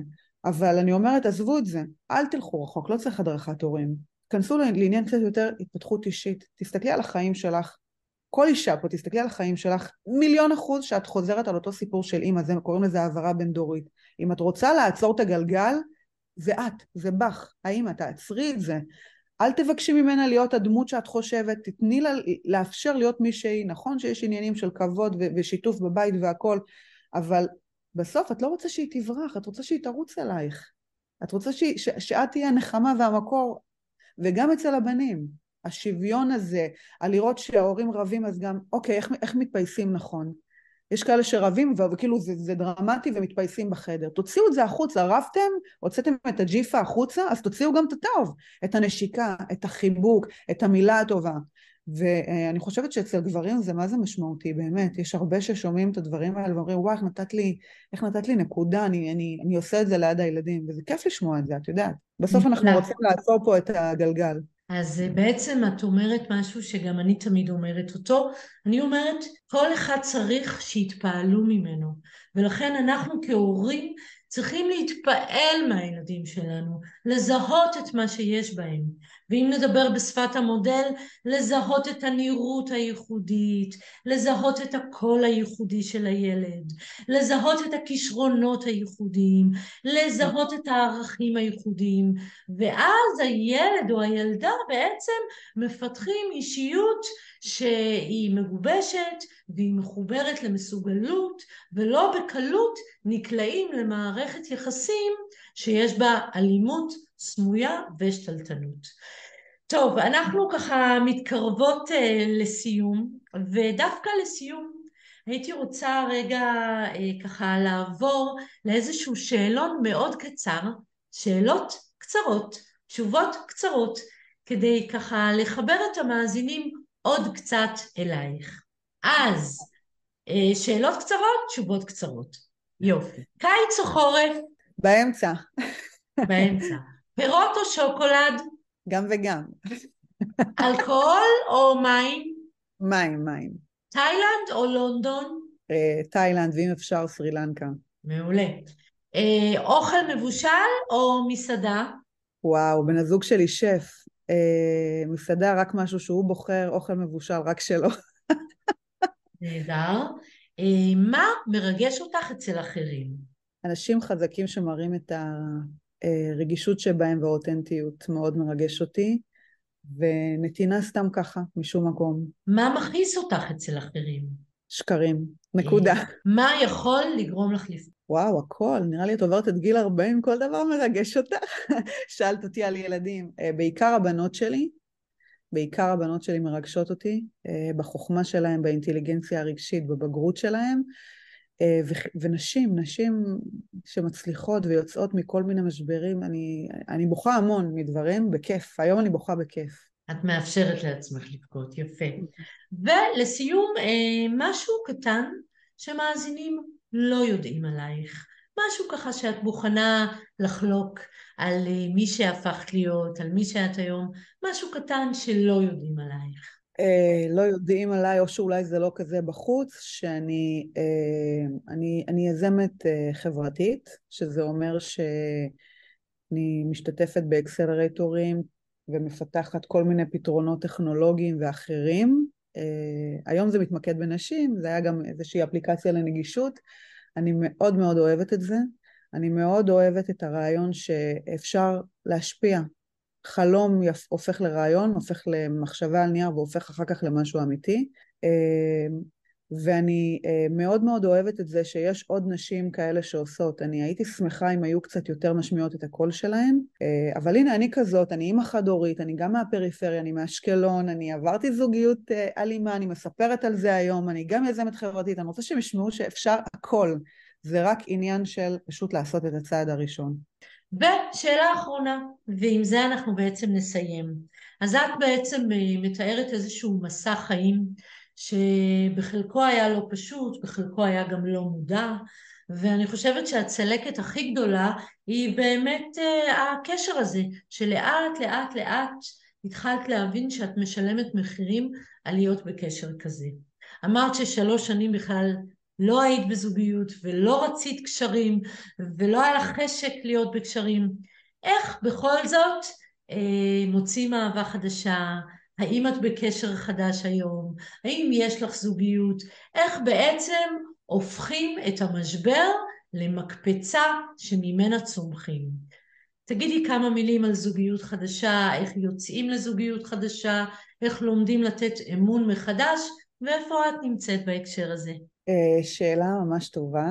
אבל אני אומרת, עזבו את זה, אל תלכו רחוק, לא צריך הדרכת הורים. כנסו לעניין קצת יותר התפתחות אישית, תסתכלי על החיים שלך, כל אישה פה, תסתכלי על החיים שלך, 1,000,000% שאת חוזרת על אותו סיפור של אמא, זה קוראים לזה העברה בין דורית. אם את רוצה לעצור את הגלגל, זה את, זה בך, האמא, תעצרי את זה. אל תבקשי ממנה להיות הדמות שאת חושבת, תתני לה לאפשר להיות מי שהיא, נכון שיש עניינים של כבוד ושיתוף בבית והכל, אבל בסוף את לא רוצה שהיא תברח, את רוצה שהיא תרוץ אלייך. את רוצה שאת תהיה הנחמה והמקור, וגם אצל הבנים. השוויון הזה, על לראות שההורים רבים, אז גם, אוקיי, איך מתפייסים נכון? יש כאלה שרבים, וכאילו זה דרמטי ומתפייסים בחדר. תוציאו את זה החוצה, רבתם, הוצאתם את הג'יפה החוצה, אז תוציאו גם את הטוב, את הנשיקה, את החיבוק, את המילה הטובה. ואני חושבת שאצל גברים זה מה זה משמעותי, באמת. יש הרבה ששומעים את הדברים האלה ואומרים, וואי, איך נתת לי נקודה, אני עושה את זה ליד הילדים, וזה כיף לשמוע את זה, את יודעת. בסוף אנחנו רוצים לעצור פה את הגלגל.
אז בעצם את אומרת משהו שגם אני תמיד אומרת אותו. אני אומרת, כל אחד צריך שיתפעלו ממנו, ולכן אנחנו כהורים צריכים להתפעל מהילדים שלנו, לזהות את מה שיש בהם. ואם נדבר בשפת המודל, לזהות את הנראות הייחודית, לזהות את הקול הייחודי של הילד, לזהות את הכישרונות הייחודיים, לזהות את הערכים הייחודיים, ואז הילד או הילדה בעצם מפתחים אישיות שהיא מגובשת והיא מחוברת למסוגלות, ולא בקלות נקלעים למערכת יחסים שיש בה אלימות סמויה ושתלטנות. טוב, אנחנו ככה מתקרבות לסיום, ודווקא לסיום הייתי רוצה רגע ככה לעבור לאיזשהו שאלון מאוד קצר, שאלות קצרות, תשובות קצרות, כדי ככה לחבר את המאזינים עוד קצת אלייך. אז שאלות קצרות, תשובות קצרות. יופי. קיץ או חורף?
באמצע.
באמצע. פירות או שוקולד?
גם וגם.
אלכוהול או מים?
מים.
תאילנד או לונדון?
תאילנד, ואם אפשר סרי לנקה.
מעולה. אוכל מבושל או מסעדה?
וואו, בן הזוג שלי שף. מסעדה רק משהו שהוא בוחר, אוכל מבושל רק שלו.
נהדר. מה מרגש אותך אצל אחרים?
אנשים חזקים שמראים את הרגישות שבהם והאותנטיות מאוד מרגש אותי, ונתינה סתם ככה, משום מקום.
מה מכעיס אותך אצל אחרים?
שקרים, נקודה.
מה יכול לגרום לך לפעול?
וואו, הכל, נראה לי את עוברת את גיל 40, כל דבר מרגש אותך. שאלת אותי על ילדים, בעיקר הבנות שלי מרגשות אותי, בחוכמה שלהם, באינטליגנציה הרגשית, בבגרות שלהם, ונשים שמצליחות ויוצאות מכל מיני משברים, אני בוכה המון מדברים, בכיף, היום אני בוכה בכיף.
את מאפשרת לעצמך לבכות, יפה. ולסיום, משהו קטן שמאזינים לא יודעים עלייך, משהו ככה שאת מוכנה לחלוק על מי שהפכת להיות, על מי שאת היום, משהו קטן שלא יודעים עלייך.
לא יודעים עליי, או שאולי זה לא כזה בחוץ, שאני יזמת חברתית, שזה אומר שאני משתתפת באקסלרטורים ומפתחת כל מיני פתרונות טכנולוגיים ואחרים. היום זה מתמקד בנשים, זה היה גם איזושהי אפליקציה לנגישות. אני מאוד מאוד אוהבת את זה. אני מאוד אוהבת את הרעיון שאפשר להשפיע. חלום הופך לרעיון, הופך למחשבה על נייר והופך אחר כך למשהו אמיתי. ואני מאוד מאוד אוהבת את זה שיש עוד נשים כאלה שעושות. אני הייתי שמחה אם היו קצת יותר משמיעות את הקול שלהם, אבל הנה אני כזאת, אני אימא חד-הורית, אני גם מהפריפריה, אני מאשקלון, אני עברתי זוגיות אלימה, אני מספרת על זה היום, אני גם יזמת חברתית, אני רוצה שהם ישמעו שאפשר הכל, זה רק עניין של פשוט לעשות את הצעד הראשון.
ושאלה אחרונה, ועם זה אנחנו בעצם נסיים. אז את בעצם מתארת איזשהו מסע חיים שבחלקו היה לא פשוט, בחלקו היה גם לא מודע, ואני חושבת שהצלקת הכי גדולה היא באמת הקשר הזה, שלאט לאט לאט התחלת להבין שאת משלמת מחירים על להיות בקשר כזה. אמרת ש3 שנים בכלל לא היית בזוגיות ולא רצית קשרים ולא היה לך חשק להיות בקשרים, איך בכל זאת מוצאים אהבה חדשה? האם את בקשר חדש היום? האם יש לך זוגיות? איך בעצם הופכים את המשבר למקפצה שממנה צומחים? תגידי כמה מילים על זוגיות חדשה, איך יוצאים לזוגיות חדשה, איך לומדים לתת אמון מחדש, ואיפה את נמצאת בהקשר הזה?
שאלה ממש טובה.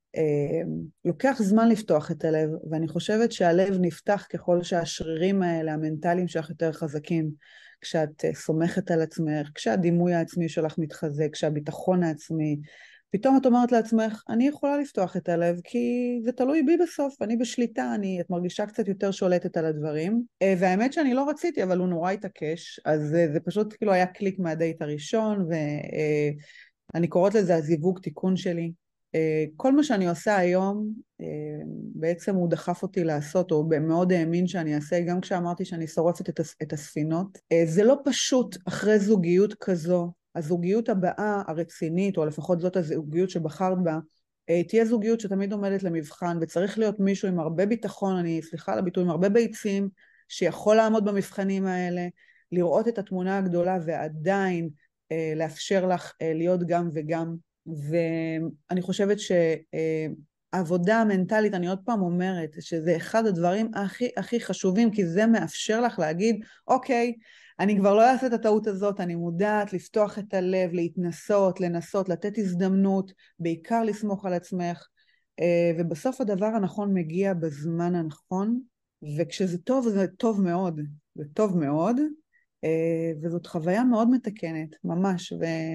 לוקח זמן לפתוח את הלב, ואני חושבת שהלב נפתח ככל שהשרירים האלה, המנטליים שלך יותר חזקים, כשאת סומכת על עצמך, כשהדימוי העצמי שלך מתחזק, כשהביטחון העצמי, פתאום את אומרת לעצמך, אני יכולה לפתוח את הלב, כי זה תלוי בי בסוף, אני בשליטה, את מרגישה קצת יותר שולטת על הדברים, והאמת שאני לא רציתי, אבל הוא נורא התעקש, אז זה פשוט כאילו היה קליק מהדייט הראשון, ואני קוראת לזה הזיווג תיקון שלי. כל מה שאני עושה היום, בעצם הוא דחף אותי לעשות, או מאוד האמין שאני אעשה, גם כשאמרתי שאני שורפת את הספינות. זה לא פשוט אחרי זוגיות כזו, הזוגיות הבאה הרצינית, או לפחות זאת הזוגיות שבחרת בה, תהיה זוגיות שתמיד עומדת למבחן, וצריך להיות מישהו עם הרבה ביטחון, סליחה על הביטוי, עם הרבה ביצים, שיכול לעמוד במבחנים האלה, לראות את התמונה הגדולה, ועדיין לאפשר לך להיות גם וגם. ואני חושבת שהעבודה המנטלית, אני עוד פעם אומרת, שזה אחד הדברים הכי חשובים, כי זה מאפשר לך להגיד, אוקיי, אני כבר לא אעשה את הטעות הזאת, אני מודעת לפתוח את הלב, להתנסות, לנסות, לתת הזדמנות, בעיקר לסמוך על עצמך, ובסוף הדבר הנכון מגיע בזמן הנכון, וכשזה טוב, זה טוב מאוד, זה טוב מאוד, וזאת חוויה מאוד מתקנת, ממש,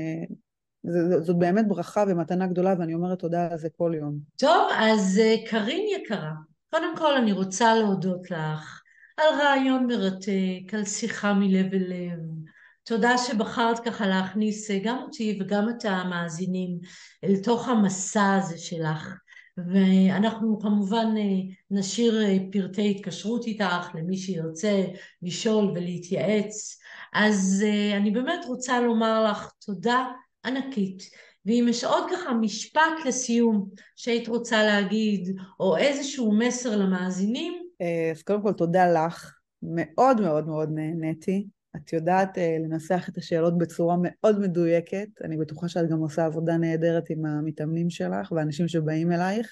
זאת באמת ברכה ומתנה גדולה, ואני אומרת תודה על זה כל יום.
טוב, אז קרין יקרה, קודם כל אני רוצה להודות לך על רעיון מרתק, על שיחה מלב אל לב. תודה שבחרת ככה להכניס גם אותי וגם את המאזינים אל תוך המסע הזה שלך. ואנחנו כמובן נשאיר פרטי התקשרות איתך למי שירצה לשאול ולהתייעץ. אז אני באמת רוצה לומר לך תודה ענקית. ואם יש עוד ככה משפט לסיום שהיית רוצה להגיד, או איזשהו מסר למאזינים?
אז קודם כל תודה לך, מאוד מאוד מאוד נהניתי. את יודעת לנסח את השאלות בצורה מאוד מדויקת, אני בטוחה שאת גם עושה עבודה נהדרת עם המתאמנים שלך והאנשים שבאים אלייך,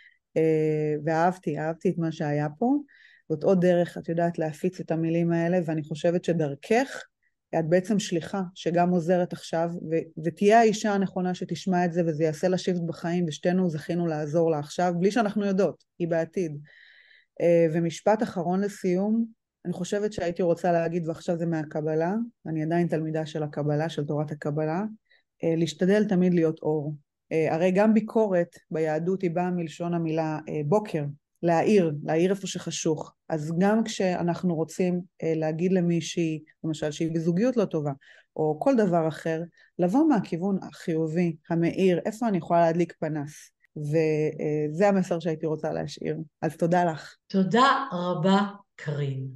ואהבתי את מה שהיה פה. זאת עוד דרך, את יודעת, להפיץ את המילים האלה, ואני חושבת שדרכך, את בעצם שליחה שגם עוזרת עכשיו, ותהיה האישה הנכונה שתשמע את זה, וזה יעשה לה שיפט בחיים, ושתינו זכינו לעזור לה עכשיו, בלי שאנחנו יודעות, היא בעתיד. ומשפט אחרון לסיום, אני חושבת שהייתי רוצה להגיד, ועכשיו זה מהקבלה, אני עדיין תלמידה של הקבלה, של תורת הקבלה, להשתדל תמיד להיות אור. הרי גם ביקורת ביהדות היא באה מלשון המילה בוקר, להעיר איפה שחשוך. אז גם כשאנחנו רוצים להגיד למישהי, למשל שהיא בזוגיות לא טובה, או כל דבר אחר, לבוא מהכיוון החיובי, המאיר, איפה אני יכולה להדליק פנס. וזה המסר שהייתי רוצה להשאיר. אז תודה לך.
תודה רבה, קרין.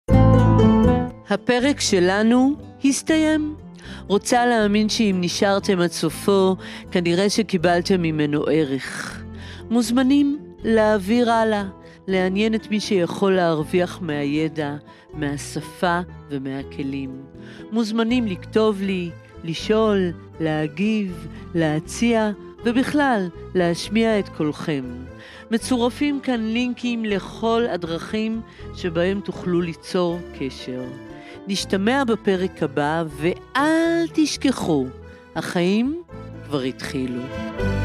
הפרק שלנו הסתיים. רוצה להאמין שאם נשארתם עד סופו, כנראה שקיבלתם ממנו ערך. מוזמנים להעביר הלאה, לעניין את מי שיכול להרוויח מהידע, מהשפה ומהכלים. מוזמנים לכתוב לי, לשאול, להגיב, להציע, ובכלל להשמיע את קולכם. מצורפים כאן לינקים לכל הדרכים שבהם תוכלו ליצור קשר. נשתמע בפרק הבא, ואל תשכחו, החיים כבר התחילו.